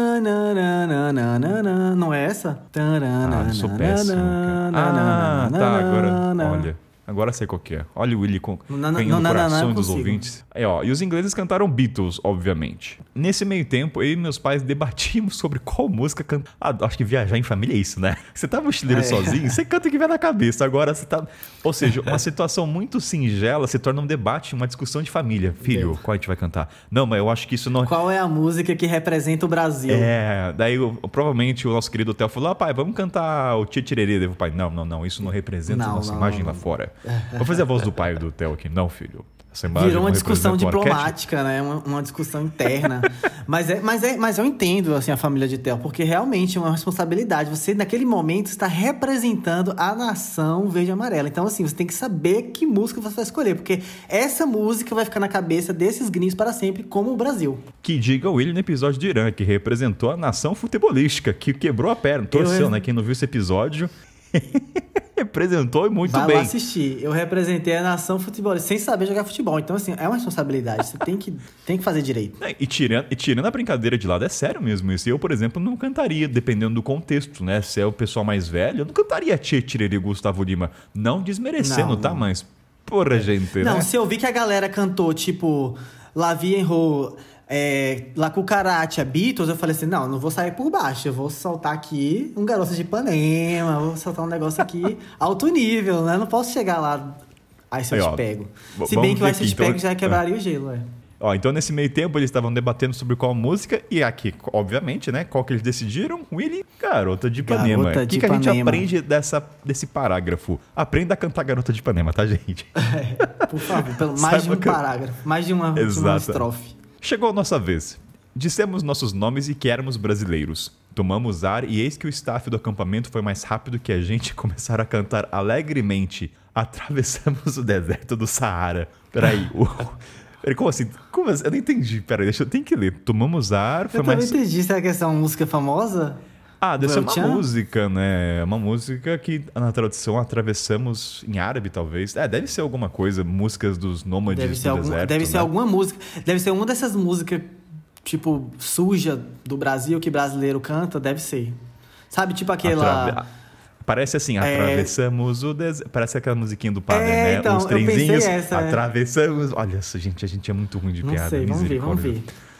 Não é essa? Ah, eu sou péssimo, cara. Ah, tá, agora... Olha... Agora sei qual que é. Olha o Willy com ganhando corações dos ouvintes. Aí, ó, e os ingleses cantaram Beatles, obviamente. Nesse meio tempo, eu e meus pais debatíamos sobre qual música cantar. Ah, acho que viajar em família é isso, né? Você tá mochileiro é. sozinho, você canta o que vier na cabeça. Agora você tá... Ou seja, uma situação muito singela se torna um debate, uma discussão de família. Filho, Deus. Qual a gente vai cantar? Não, mas eu acho que isso não... Qual é a música que representa o Brasil? É, daí eu, provavelmente o nosso querido Theo falou, ah, pai, vamos cantar o Tietirerê. Daí o pai, não, não, não, isso não representa não, a nossa não, imagem não. lá fora. Vou fazer a voz do pai do Theo aqui. Não, filho. Essa imagem virou uma discussão diplomática, né? Uma, uma discussão interna. mas, é, mas, é, mas eu entendo assim, a família de Theo, porque realmente é uma responsabilidade. Você, naquele momento, está representando a nação verde e amarela. Então, assim, você tem que saber que música você vai escolher, porque essa música vai ficar na cabeça desses gringos para sempre, como o Brasil. Que diga o William no episódio de Irã, que representou a nação futebolística, que quebrou a perna, torceu, eu... né? Quem não viu esse episódio... representou e muito Vai bem. Vai lá assistir. Eu representei a nação futebolista sem saber jogar futebol. Então, assim, é uma responsabilidade. Você tem que, tem que fazer direito. É, e, tirando, e tirando a brincadeira de lado, é sério mesmo isso. Eu, por exemplo, não cantaria, dependendo do contexto, né? Se é o pessoal mais velho, eu não cantaria Tchê, Tiriri, Gustavo Lima. Não desmerecendo, não, tá? Não. Mas, porra, gente, Não, né? se eu vi que a galera cantou, tipo, La Vie en Rose... É, La Cucaracha, Beatles, eu falei assim, não, não vou sair por baixo, eu vou soltar aqui um Garoto de Ipanema, vou soltar um negócio aqui alto nível, né? Não posso chegar lá, aí se eu aí, te ó, pego. Se bem que o Aí se eu te pego já quebraria é. o gelo, é. Ó, então nesse meio tempo eles estavam debatendo sobre qual música, e aqui, obviamente, né, qual que eles decidiram? Willy, Garota de Ipanema. O que, que a gente aprende dessa, desse parágrafo? Aprenda a cantar Garota de Ipanema, tá, gente? É, por favor, pelo, mais de um can... parágrafo, mais de uma, de uma estrofe. Chegou a nossa vez. Dissemos nossos nomes e que éramos brasileiros. Tomamos ar e eis que o staff do acampamento foi mais rápido que a gente e começaram a cantar alegremente. Atravessamos o deserto do Saara. Peraí, o... Peraí, como assim? Como assim? Eu não entendi. Peraí, deixa eu... Tem que ler. Tomamos ar... Foi eu mais... também entendi. Será que essa é uma música famosa? Ah, deve ser uma Tchan? música, né? Uma música que, na tradução, atravessamos em árabe, talvez. É, deve ser alguma coisa, músicas dos nômades deve ser do algum, deserto. Deve né? ser alguma música. Deve ser uma dessas músicas, tipo, suja do Brasil, que brasileiro canta, deve ser. Sabe, tipo aquela... Atrave... Parece assim, atravessamos é... o deserto. Parece aquela musiquinha do padre, é, né? Então, os trenzinhos. Essa, atravessamos. É. Olha, gente, a gente é muito ruim de Não piada. Sei, vamos ver, vamos ver.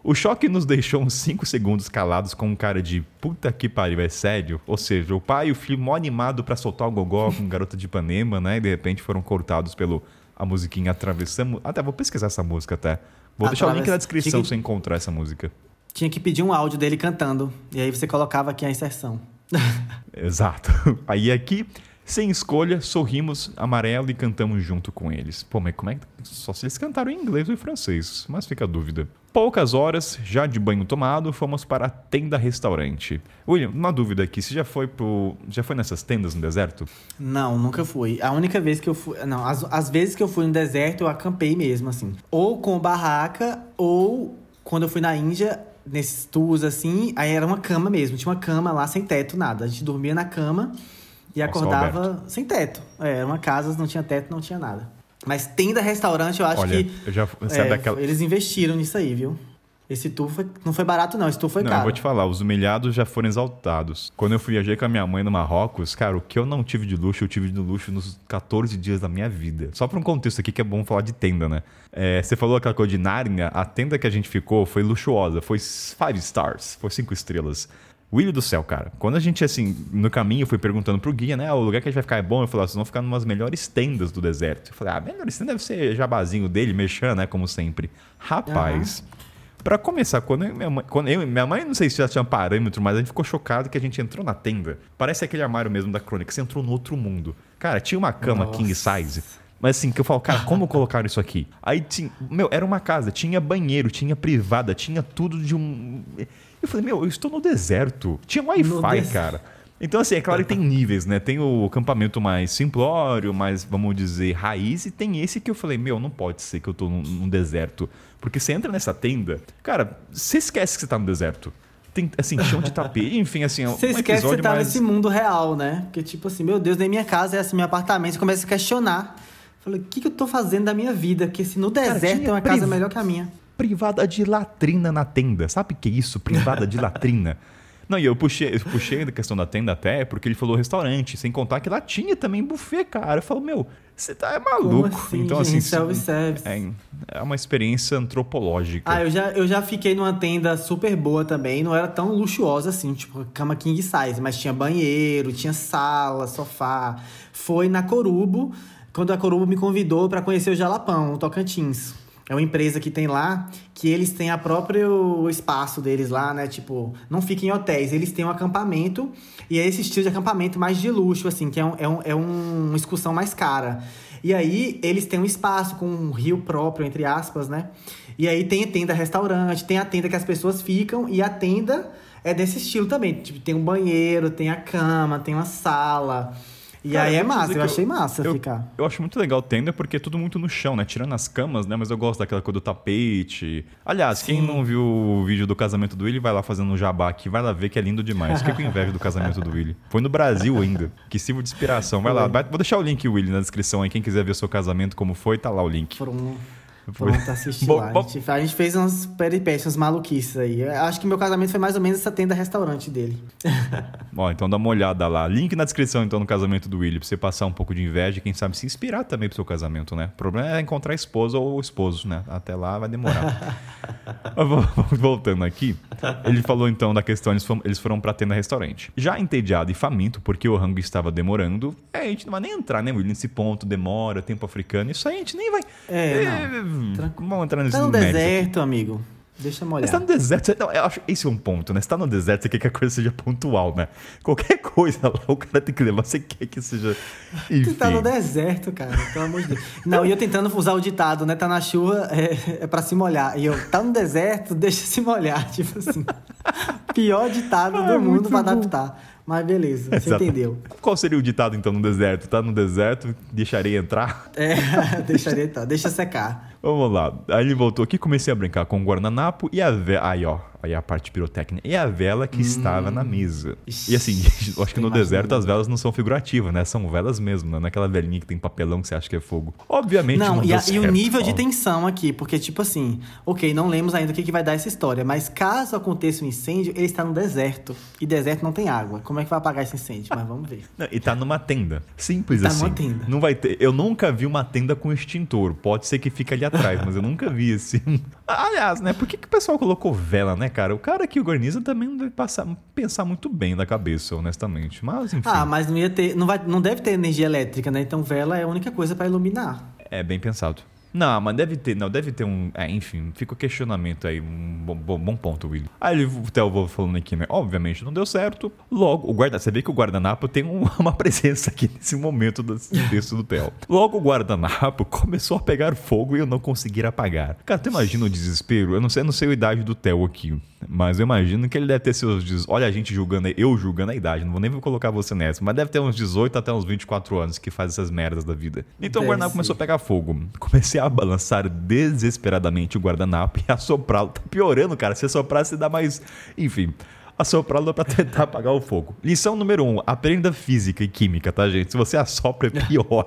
O choque nos deixou uns cinco segundos calados com um cara de puta que pariu, é sério? Ou seja, o pai e o filho mó animado pra soltar o gogó com Garota de Ipanema, né? E de repente foram cortados pelo a musiquinha Atravessamos... Até vou pesquisar essa música até. Vou deixar o link na descrição que... pra você encontrar essa música. Tinha que pedir um áudio dele cantando. E aí você colocava aqui a inserção. Exato. Aí aqui, sem escolha, sorrimos amarelo e cantamos junto com eles. Pô, mas como é que... Só se eles cantaram em inglês ou em francês, mas fica a dúvida. Poucas horas, já de banho tomado, fomos para a tenda-restaurante. William, uma dúvida aqui, você já foi pro... já foi nessas tendas no deserto? Não, nunca fui. A única vez que eu fui... Não, as, as vezes que eu fui no deserto, eu acampei mesmo, assim. Ou com barraca, ou quando eu fui na Índia... nesses tours, assim, aí era uma cama mesmo. Tinha uma cama lá sem teto, nada. A gente dormia na cama e Nossa, acordava Alberto. Sem teto. É, era uma casa, não tinha teto, não tinha nada. Mas tenda restaurante, eu acho Olha, que... eu já, sabe é, daquela... eles investiram nisso aí, viu? Esse tour foi, não foi barato, não. Esse tour foi Não, caro. eu vou te falar, os humilhados já foram exaltados. Quando eu fui viajar com a minha mãe no Marrocos, cara, o que eu não tive de luxo, eu tive de luxo nos catorze dias da minha vida. Só para um contexto aqui que é bom falar de tenda, né? É, você falou aquela coisa de Nárnia, a tenda que a gente ficou foi luxuosa, foi five stars, foi cinco estrelas. Willy do céu, cara. Quando a gente, assim, no caminho, fui perguntando pro guia, né? Ah, o lugar que a gente vai ficar é bom. Eu falei, ah, vocês vão ficar numas melhores tendas do deserto. Eu falei, ah, a melhor tenda deve ser jabazinho dele, mexendo, né? Como sempre. Rapaz... Uhum. Pra começar, quando eu, minha mãe, quando eu minha mãe, não sei se já tinha parâmetro, mas a gente ficou chocado que a gente entrou na tenda. Parece aquele armário mesmo da Crônica, você entrou no outro mundo. Cara, tinha uma cama Nossa. king size, mas assim, que eu falo, cara, como colocaram isso aqui? Aí tinha, meu, era uma casa, tinha banheiro, tinha privada, tinha tudo de um... Eu falei, meu, eu estou no deserto. Tinha Wi-Fi, des... cara. Então, assim, é claro que tem níveis, né? Tem o acampamento mais simplório, mais, vamos dizer, raiz. E tem esse que eu falei, meu, não pode ser que eu tô num, num deserto. Porque você entra nessa tenda, cara, você esquece que você tá no deserto. Tem, assim, chão de tapete, enfim, assim... Você um esquece que você tá mais... nesse mundo real, né? Porque, tipo assim, meu Deus, nem minha casa é assim, meu apartamento. Você começa a questionar. Falei, o que, que eu tô fazendo da minha vida? Porque se no deserto cara, tem uma priv... casa melhor que a minha. Privada de latrina na tenda. Sabe o que é isso? Privada de latrina. Não, e eu puxei, eu puxei a questão da tenda até porque ele falou restaurante, sem contar que lá tinha também buffet, cara. Eu falo, meu, você tá é maluco. Assim, então, assim, self-service. É, é uma experiência antropológica. Ah, eu já, eu já fiquei numa tenda super boa também. Não era tão luxuosa assim, tipo, cama king size, mas tinha banheiro, tinha sala, sofá. Foi na Corubo, quando a Corubo me convidou para conhecer o Jalapão, o Tocantins. É uma empresa que tem lá, que eles têm a próprio espaço deles lá, né? Tipo, não fica em hotéis, eles têm um acampamento. E é esse estilo de acampamento mais de luxo, assim, que é, um, é, um, é um, uma excursão mais cara. E aí, eles têm um espaço com um rio próprio, entre aspas, né? E aí tem a tenda restaurante, tem a tenda que as pessoas ficam. E a tenda é desse estilo também. Tipo, tem um banheiro, tem a cama, tem uma sala... E cara, aí é massa, eu, eu achei massa eu, ficar. Eu acho muito legal tenda porque é tudo muito no chão, né? Tirando as camas, né? Mas eu gosto daquela coisa do tapete. Aliás, sim. Quem não viu o vídeo do casamento do Willy, vai lá fazendo um jabá aqui, vai lá ver que é lindo demais. Fiquei com inveja do casamento do Willy. Foi no Brasil ainda, que sirva de inspiração. Vai lá, vai, vou deixar o link, Willy, na descrição aí. Quem quiser ver o seu casamento, como foi, tá lá o link. Pronto. Pronto, assistir lá. A gente, a gente fez umas peripécias, umas maluquices aí. Eu acho que meu casamento foi mais ou menos essa tenda-restaurante dele. Ó, então dá uma olhada lá. Link na descrição, então, no casamento do Willy, pra você passar um pouco de inveja e, quem sabe, se inspirar também pro seu casamento, né? O problema é encontrar a esposa ou o esposo, né? Até lá vai demorar. Voltando aqui, ele falou, então, da questão, eles foram, eles foram pra tenda-restaurante. Já entediado e faminto, porque o rango estava demorando, é, a gente não vai nem entrar, né, Willy, nesse ponto, demora, tempo africano, isso aí a gente nem vai... É, é não. Vamos entrar nesse tá no mérito deserto, aqui. Amigo. Deixa eu molhar. Você tá no deserto, não, eu acho, esse é um ponto, né? Você tá no deserto, você quer que a coisa seja pontual, né? Qualquer coisa lá, o cara tem que levar, você quer que seja... Enfim. Você tá no deserto, cara, pelo amor de Deus. Não, e eu tentando usar o ditado, né? Tá na chuva, é, é pra se molhar. E eu, tá no deserto, deixa se molhar. Tipo assim, pior ditado ah, do mundo pra adaptar. Mas beleza, você Exato. Entendeu. Qual seria o ditado, então, no deserto? Tá no deserto, deixarei entrar? É, deixarei entrar, deixa secar. Vamos lá. Aí ele voltou aqui, comecei a brincar com o guardanapo e a velha... Aí, ó. aí a parte pirotécnica e a vela que hum. estava na mesa. E assim, eu acho que no deserto as velas não são figurativas, né? São velas mesmo, né? Não é aquela velhinha que tem papelão que você acha que é fogo. Obviamente não, não e, deu a, certo. E o nível de tensão aqui, porque tipo assim, ok, não lemos ainda o que, que vai dar essa história, mas caso aconteça um incêndio, ele está no deserto. E deserto não tem água. Como é que vai apagar esse incêndio? Mas vamos ver. Não, e tá numa tenda. Simples tá assim. Numa tenda. Não vai ter. Eu nunca vi uma tenda com extintor. Pode ser que fique ali atrás, mas eu nunca vi assim. Aliás, né? Por que, que o pessoal colocou vela, né, cara? O cara que organiza também não deve passar, pensar muito bem da cabeça, honestamente. Mas, enfim. Ah, mas não ia ter. Não, vai, não deve ter energia elétrica, né? Então vela é a única coisa pra iluminar. É bem pensado. Não, mas deve ter, não, deve ter um... É, enfim, fica o questionamento aí, um bom, bom, bom ponto, Willy. Aí o Theo falando aqui, né? Obviamente não deu certo. Logo, o guarda, você vê que o guardanapo tem um, uma presença aqui nesse momento do texto do Theo. Logo o guardanapo começou a pegar fogo e eu não conseguir apagar. Cara, tu imagina o desespero? Eu não sei, eu não sei a idade do Theo aqui, mas eu imagino que ele deve ter seus... Olha a gente julgando, eu julgando a idade, não vou nem colocar você nessa, mas deve ter uns dezoito até uns vinte e quatro anos que faz essas merdas da vida. Então deve o guardanapo ser. Começou a pegar fogo. Comecei a balançar desesperadamente o guardanapo e assoprá-lo. Tá piorando, cara. Se assoprar, você dá mais... Enfim, assoprá-lo pra tentar apagar o fogo. Lição número um, aprenda física e química, tá, gente? Se você assopra, é pior.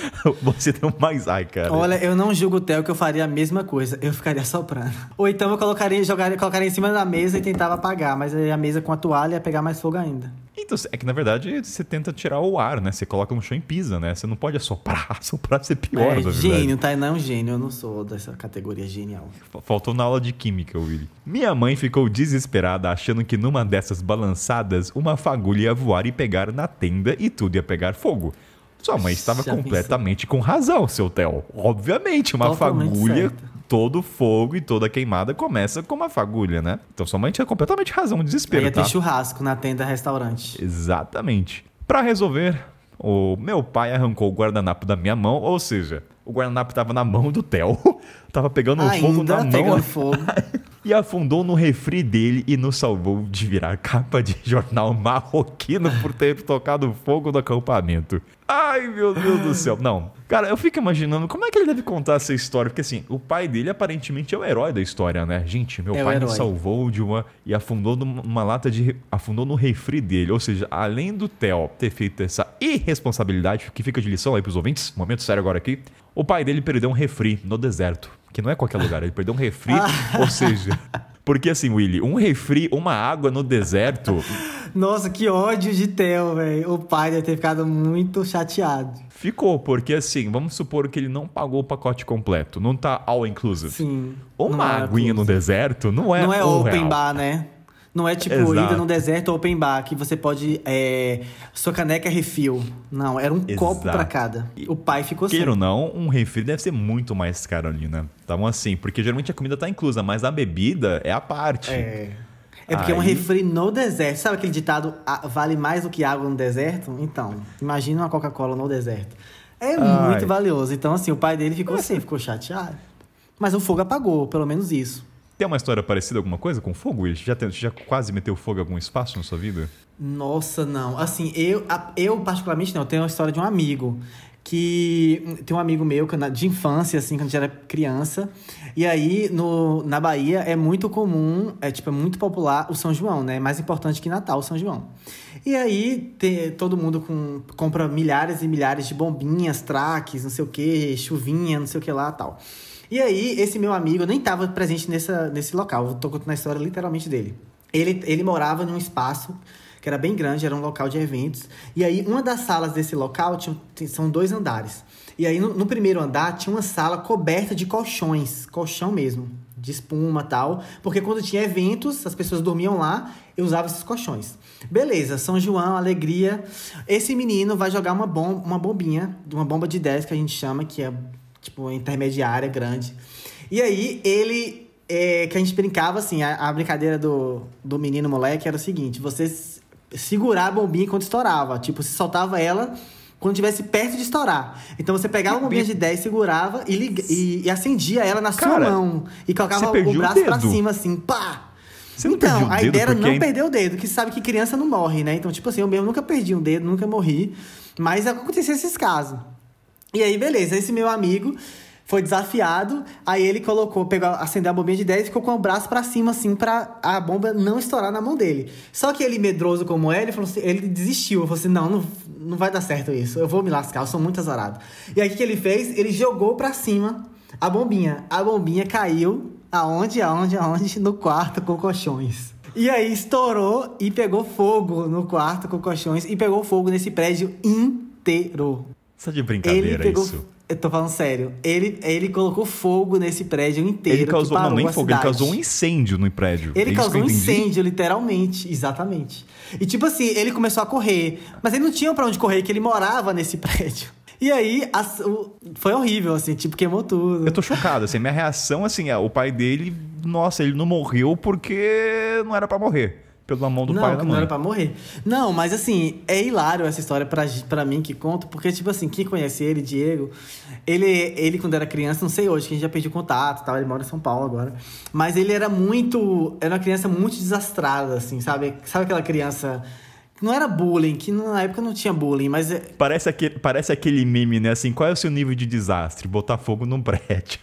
Você tem mais... Ai, cara. Olha, eu não julgo o Theo que eu faria a mesma coisa. Eu ficaria assoprando. Ou então eu colocaria, jogaria, colocaria em cima da mesa e tentava apagar. Mas aí a mesa com a toalha ia pegar mais fogo ainda. Então, é que na verdade você tenta tirar o ar, né? Você coloca no chão e pisa, né? Você não pode assoprar. Assoprar você pior, é, na gênio, tá? Não é um gênio. Eu não sou dessa categoria genial. Faltou na aula de química, Willy. Minha mãe ficou desesperada, achando que numa dessas balançadas, uma fagulha ia voar e pegar na tenda e tudo ia pegar fogo. Sua mãe estava Já completamente pensei. com razão, seu Theo. Obviamente, uma Totalmente fagulha... Certo. Todo fogo e toda queimada começa com uma fagulha, né? Então sua mãe tinha completamente razão, desespero, Aí ia tá? ter churrasco na tenda restaurante. Exatamente. Pra resolver, o meu pai arrancou o guardanapo da minha mão, ou seja, o guardanapo tava na mão do Theo, tava pegando Ainda fogo na pegando mão fogo. e afundou no refri dele e nos salvou de virar capa de jornal marroquino por ter tocado fogo no acampamento. Ai, meu Deus do céu. Não, cara, eu fico imaginando como é que ele deve contar essa história, porque assim, o pai dele aparentemente é o herói da história, né? Gente, meu é pai me salvou de uma... e afundou numa lata de... afundou no refri dele, ou seja, além do Theo ter feito essa irresponsabilidade, que fica de lição aí pros ouvintes, momento sério agora aqui, o pai dele perdeu um refri no deserto, que não é qualquer lugar, ele perdeu um refri, ou seja... Porque assim, Willy, um refri, uma água no deserto... Nossa, que ódio de Theo, velho. O pai deve ter ficado muito chateado. Ficou, porque assim, vamos supor que ele não pagou o pacote completo. Não tá all inclusive. Sim. Uma aguinha no deserto não é Não é um open real. bar, né? Não é tipo Exato. ida no deserto open bar, que você pode... É, sua caneca é refil. Não, era um Exato. copo pra cada. O pai ficou assim. Queira ou não, um refri deve ser muito mais caro ali, né? Então assim, porque geralmente a comida tá inclusa, mas a bebida é a parte. É... É porque Aí... é um refri no deserto. Sabe aquele ditado, vale mais do que água no deserto? Então, imagina uma Coca-Cola no deserto. É Ai. muito valioso. Então, assim, o pai dele ficou assim, ficou chateado. Mas o fogo apagou, pelo menos isso. Tem uma história parecida, alguma coisa com fogo, Will? Já, tem, já quase meteu fogo em algum espaço na sua vida? Nossa, não. Assim, eu, eu particularmente não. Eu tenho uma história de um amigo. Que tem um amigo meu de infância, assim, quando a gente era criança. E aí, no, na Bahia, é muito comum, é tipo, é muito popular o São João, né? Mais importante que Natal, o São João. E aí, te, todo mundo com, compra milhares e milhares de bombinhas, traques, não sei o quê, chuvinha, não sei o que lá e tal. E aí, esse meu amigo, eu nem estava presente nessa, nesse local. Eu tô contando a história literalmente dele. Ele, ele morava num espaço... que era bem grande, era um local de eventos. E aí, uma das salas desse local, tinha, são dois andares. E aí, no, no primeiro andar, tinha uma sala coberta de colchões. Colchão mesmo, de espuma e tal. Porque quando tinha eventos, as pessoas dormiam lá e usavam esses colchões. Beleza, São João, alegria. Esse menino vai jogar uma, bom, uma bombinha, uma bomba de dez, que a gente chama, que é, tipo, intermediária, grande. E aí, ele... É, que a gente brincava, assim, a, a brincadeira do, do menino moleque era o seguinte, você segurar a bombinha enquanto estourava, tipo, você soltava ela quando estivesse perto de estourar. Então você pegava a bombinha de dez, segurava e, lig- e, e acendia ela na sua Cara, mão e colocava o braço o pra cima, assim, pá! Você não então, a ideia era não porque... perder o dedo, que sabe que criança não morre, né? Então, tipo assim, eu mesmo nunca perdi um dedo, nunca morri, mas acontecia esses casos. E aí, beleza, esse meu amigo foi desafiado, aí ele colocou, pegou, acendeu a bombinha de dez e ficou com o braço pra cima, assim, pra a bomba não estourar na mão dele. Só que ele, medroso como é, ele, falou assim, ele desistiu. Ele falou assim, não, não, não vai dar certo isso, eu vou me lascar, eu sou muito azarado. E aí, o que ele fez? Ele jogou pra cima a bombinha. A bombinha caiu, aonde, aonde, aonde? No quarto com colchões. E aí, estourou e pegou fogo no quarto com colchões e pegou fogo nesse prédio inteiro. Só de brincadeira ele pegou, isso. Eu tô falando sério. Ele, ele colocou fogo nesse prédio inteiro. Ele causou, não, nem fogo, ele causou um cidade. incêndio no prédio. Ele é causou um incêndio, literalmente. Exatamente. E tipo assim, ele começou a correr. Mas ele não tinha pra onde correr, que ele morava nesse prédio. E aí, as, o, foi horrível, assim, tipo, queimou tudo. Eu tô chocado, assim, minha reação, assim, é, o pai dele, nossa, ele não morreu porque não era pra morrer. Pela mão do não, pai e da mãe. Não, era pra morrer. Não, mas assim, é hilário essa história pra, pra mim que conto, porque, tipo assim, quem conhece ele, Diego, ele, ele quando era criança, não sei hoje, que a gente já perdeu contato e tal, ele mora em São Paulo agora, mas ele era muito, era uma criança muito desastrada, assim, sabe? Sabe aquela criança... Não era bullying, que na época não tinha bullying, mas... Parece aquele, parece aquele meme, né? Assim, qual é o seu nível de desastre? Botar fogo num prédio.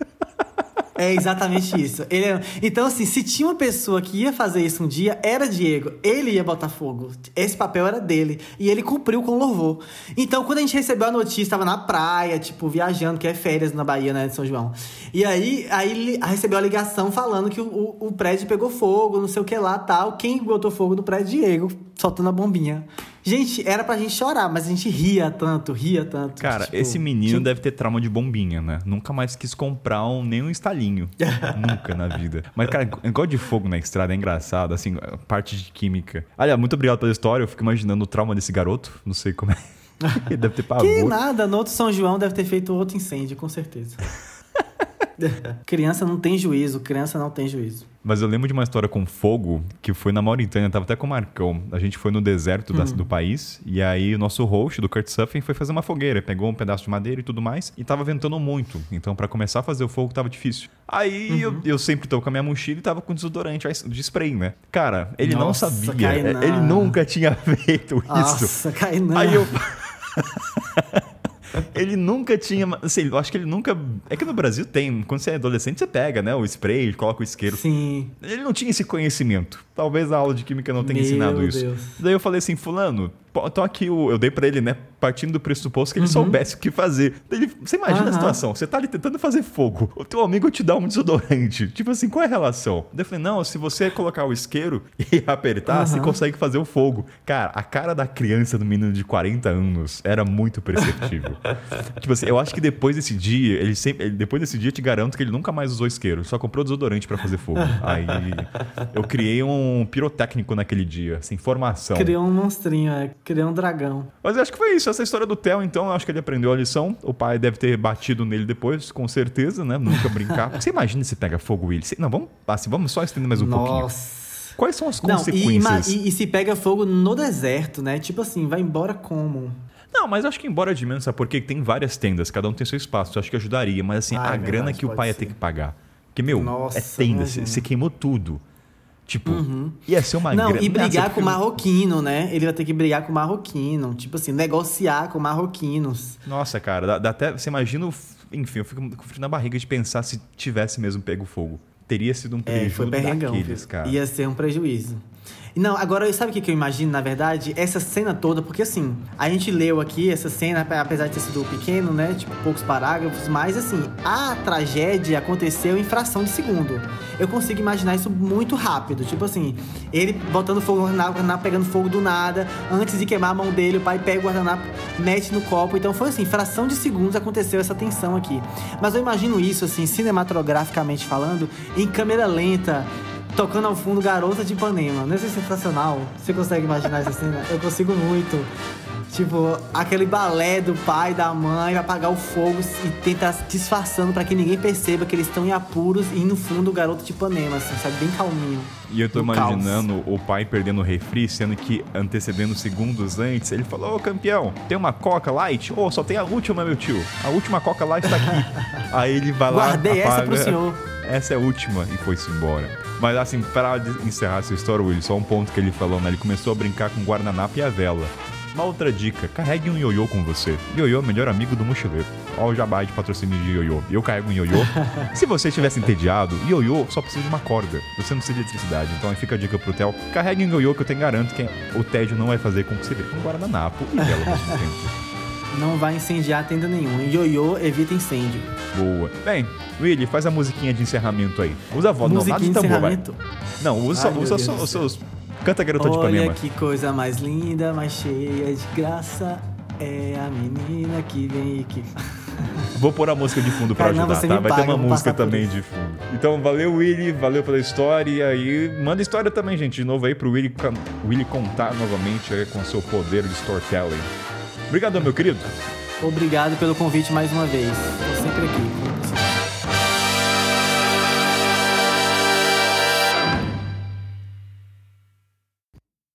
É exatamente isso. Ele era... Então, assim, se tinha uma pessoa que ia fazer isso um dia, era Diego. Ele ia botar fogo. Esse papel era dele. E ele cumpriu com louvor. Então, quando a gente recebeu a notícia, estava na praia, tipo, viajando, que é férias na Bahia, né, de São João. E aí, aí ele recebeu a ligação falando que o, o, o prédio pegou fogo, não sei o que lá, tal. Quem botou fogo no prédio? Diego, soltando a bombinha. Gente, era pra gente chorar, mas a gente ria tanto, ria tanto. Cara, tipo, esse menino tinha... deve ter trauma de bombinha, né? Nunca mais quis comprar um, nem um estalinho. Nunca na vida. Mas, cara, negócio de fogo na estrada é engraçado, assim, parte de química. Aliás, muito obrigado pela história. Eu fico imaginando o trauma desse garoto. Não sei como é. Ele deve ter pavor. Que nada, no outro São João deve ter feito outro incêndio, com certeza. Criança não tem juízo, criança não tem juízo. Mas eu lembro de uma história com fogo, que foi na Mauritânia, tava até com o Marcão. A gente foi no deserto da, hum. do país, e aí o nosso host do Couchsurfing foi fazer uma fogueira, pegou um pedaço de madeira e tudo mais, e tava ventando muito. Então, pra começar a fazer o fogo, tava difícil. Aí, uhum. eu, eu sempre tô com a minha mochila e tava com desodorante de spray, né? Cara, ele Nossa, não sabia, Kainan. ele nunca tinha feito isso. Nossa, Kainan. Aí eu... Ele nunca tinha... Assim, eu acho que ele nunca... É que no Brasil tem... Quando você é adolescente, você pega, né? O spray, coloca o isqueiro. Sim. Ele não tinha esse conhecimento. Talvez a aula de química não tenha Meu ensinado isso. Deus. Daí eu falei assim, fulano... Então aqui o... Eu dei pra ele, né? Partindo do pressuposto que ele uhum. soubesse o que fazer. Daí ele... Você imagina uhum. a situação. Você tá ali tentando fazer fogo. O teu amigo te dá um desodorante. Tipo assim, qual é a relação? Daí eu falei, não, se você colocar o isqueiro e apertar, uhum. você consegue fazer o fogo. Cara, a cara da criança do menino de quarenta anos era muito perceptível. Tipo assim, eu acho que depois desse dia, ele sempre, ele, depois desse dia, eu te garanto que ele nunca mais usou isqueiro, só comprou desodorante pra fazer fogo. Aí eu criei um pirotécnico naquele dia, sem formação. Criou um monstrinho, é, criou um dragão. Mas eu acho que foi isso, essa história do Theo, então, eu acho que ele aprendeu a lição. O pai deve ter batido nele depois, com certeza, né? Nunca brincar. Você imagina se pega fogo, Willy? Não, vamos, assim, vamos só estender mais um Nossa. pouquinho. Quais são as Não, consequências? E, e, e se pega fogo no deserto, né? Tipo assim, vai embora como? Não, mas acho que embora de menos, sabe? Porque tem várias tendas, cada um tem seu espaço. Eu acho que ajudaria, mas assim, ah, a é grana verdade, que o pai ser. ia ter que pagar. Porque, meu, Nossa, é tenda, você queimou tudo. Tipo, uhum. ia ser uma Não, grana. e brigar Nossa, com o marroquino, né? Ele vai ter que brigar com o marroquino. Tipo assim, negociar com marroquinos. Nossa, cara, dá, dá até. Você imagina. Enfim, eu fico com frio na barriga de pensar se tivesse mesmo pego fogo. Teria sido um prejuízo é, foi perrengão, daqueles, cara. Ia ser um prejuízo. Não, agora, sabe o que eu imagino, na verdade? Essa cena toda, porque assim, a gente leu aqui essa cena, apesar de ter sido pequeno, né? Tipo, poucos parágrafos, mas assim, a tragédia aconteceu em fração de segundo. Eu consigo imaginar isso muito rápido. Tipo assim, ele botando fogo no guardanapo, pegando fogo do nada. Antes de queimar a mão dele, o pai pega o guardanapo, mete no copo. Então foi assim, fração de segundos aconteceu essa tensão aqui. Mas eu imagino isso, assim, cinematograficamente falando, em câmera lenta, tocando ao fundo Garota de Ipanema. Não é sensacional? Você consegue imaginar essa cena? Eu consigo muito. Tipo, aquele balé do pai, da mãe, vai apagar o fogo e tentar disfarçando pra que ninguém perceba que eles estão em apuros e no fundo o Garoto de Ipanema, assim, sabe? Bem calminho. E eu tô imaginando caos. O pai perdendo o refri, sendo que antecedendo segundos antes, ele falou, ô campeão, tem uma Coca Light? Ô, oh, só tem a última, meu tio. A última Coca Light tá aqui. Aí ele vai lá, guardei apaga, essa pro senhor. Essa é a última, e foi-se embora. Mas assim, para encerrar essa história, Will, só um ponto que ele falou, né? Ele começou a brincar com o guardanapo e a vela. Uma outra dica, carregue um ioiô com você. Ioiô é o melhor amigo do mochileiro. Ó o jabá de patrocínio de ioiô. Eu carrego um ioiô. Se você estivesse entediado, ioiô só precisa de uma corda. Você não precisa de eletricidade. Então aí fica a dica pro Theo. Carregue um ioiô que eu te garanto que o tédio não vai fazer com que você veja um guardanapo e belo ao mesmo tempo. Não vai incendiar tenda nenhuma. Ioiô evita incêndio. Boa. Bem, Willy, faz a musiquinha de encerramento aí. Usa a voz, não, nada Musiquinha de de tambor, vai. encerramento? Não, usa, Ai, meu usa Deus só do os céu. seus... Canta Garota de Olha Ipanema. que coisa mais linda, mais cheia de graça. É a menina que vem e que... Vou pôr a música de fundo pra Caramba, ajudar, você tá? me Vai paga, ter uma eu vou música passar por também isso. de fundo. Então, valeu, Willy. Valeu pela história. E manda história também, gente. De novo aí pro Willy, can- Willy contar novamente aí com seu poder de storytelling. Obrigado, meu querido. Obrigado pelo convite mais uma vez. Tô sempre aqui.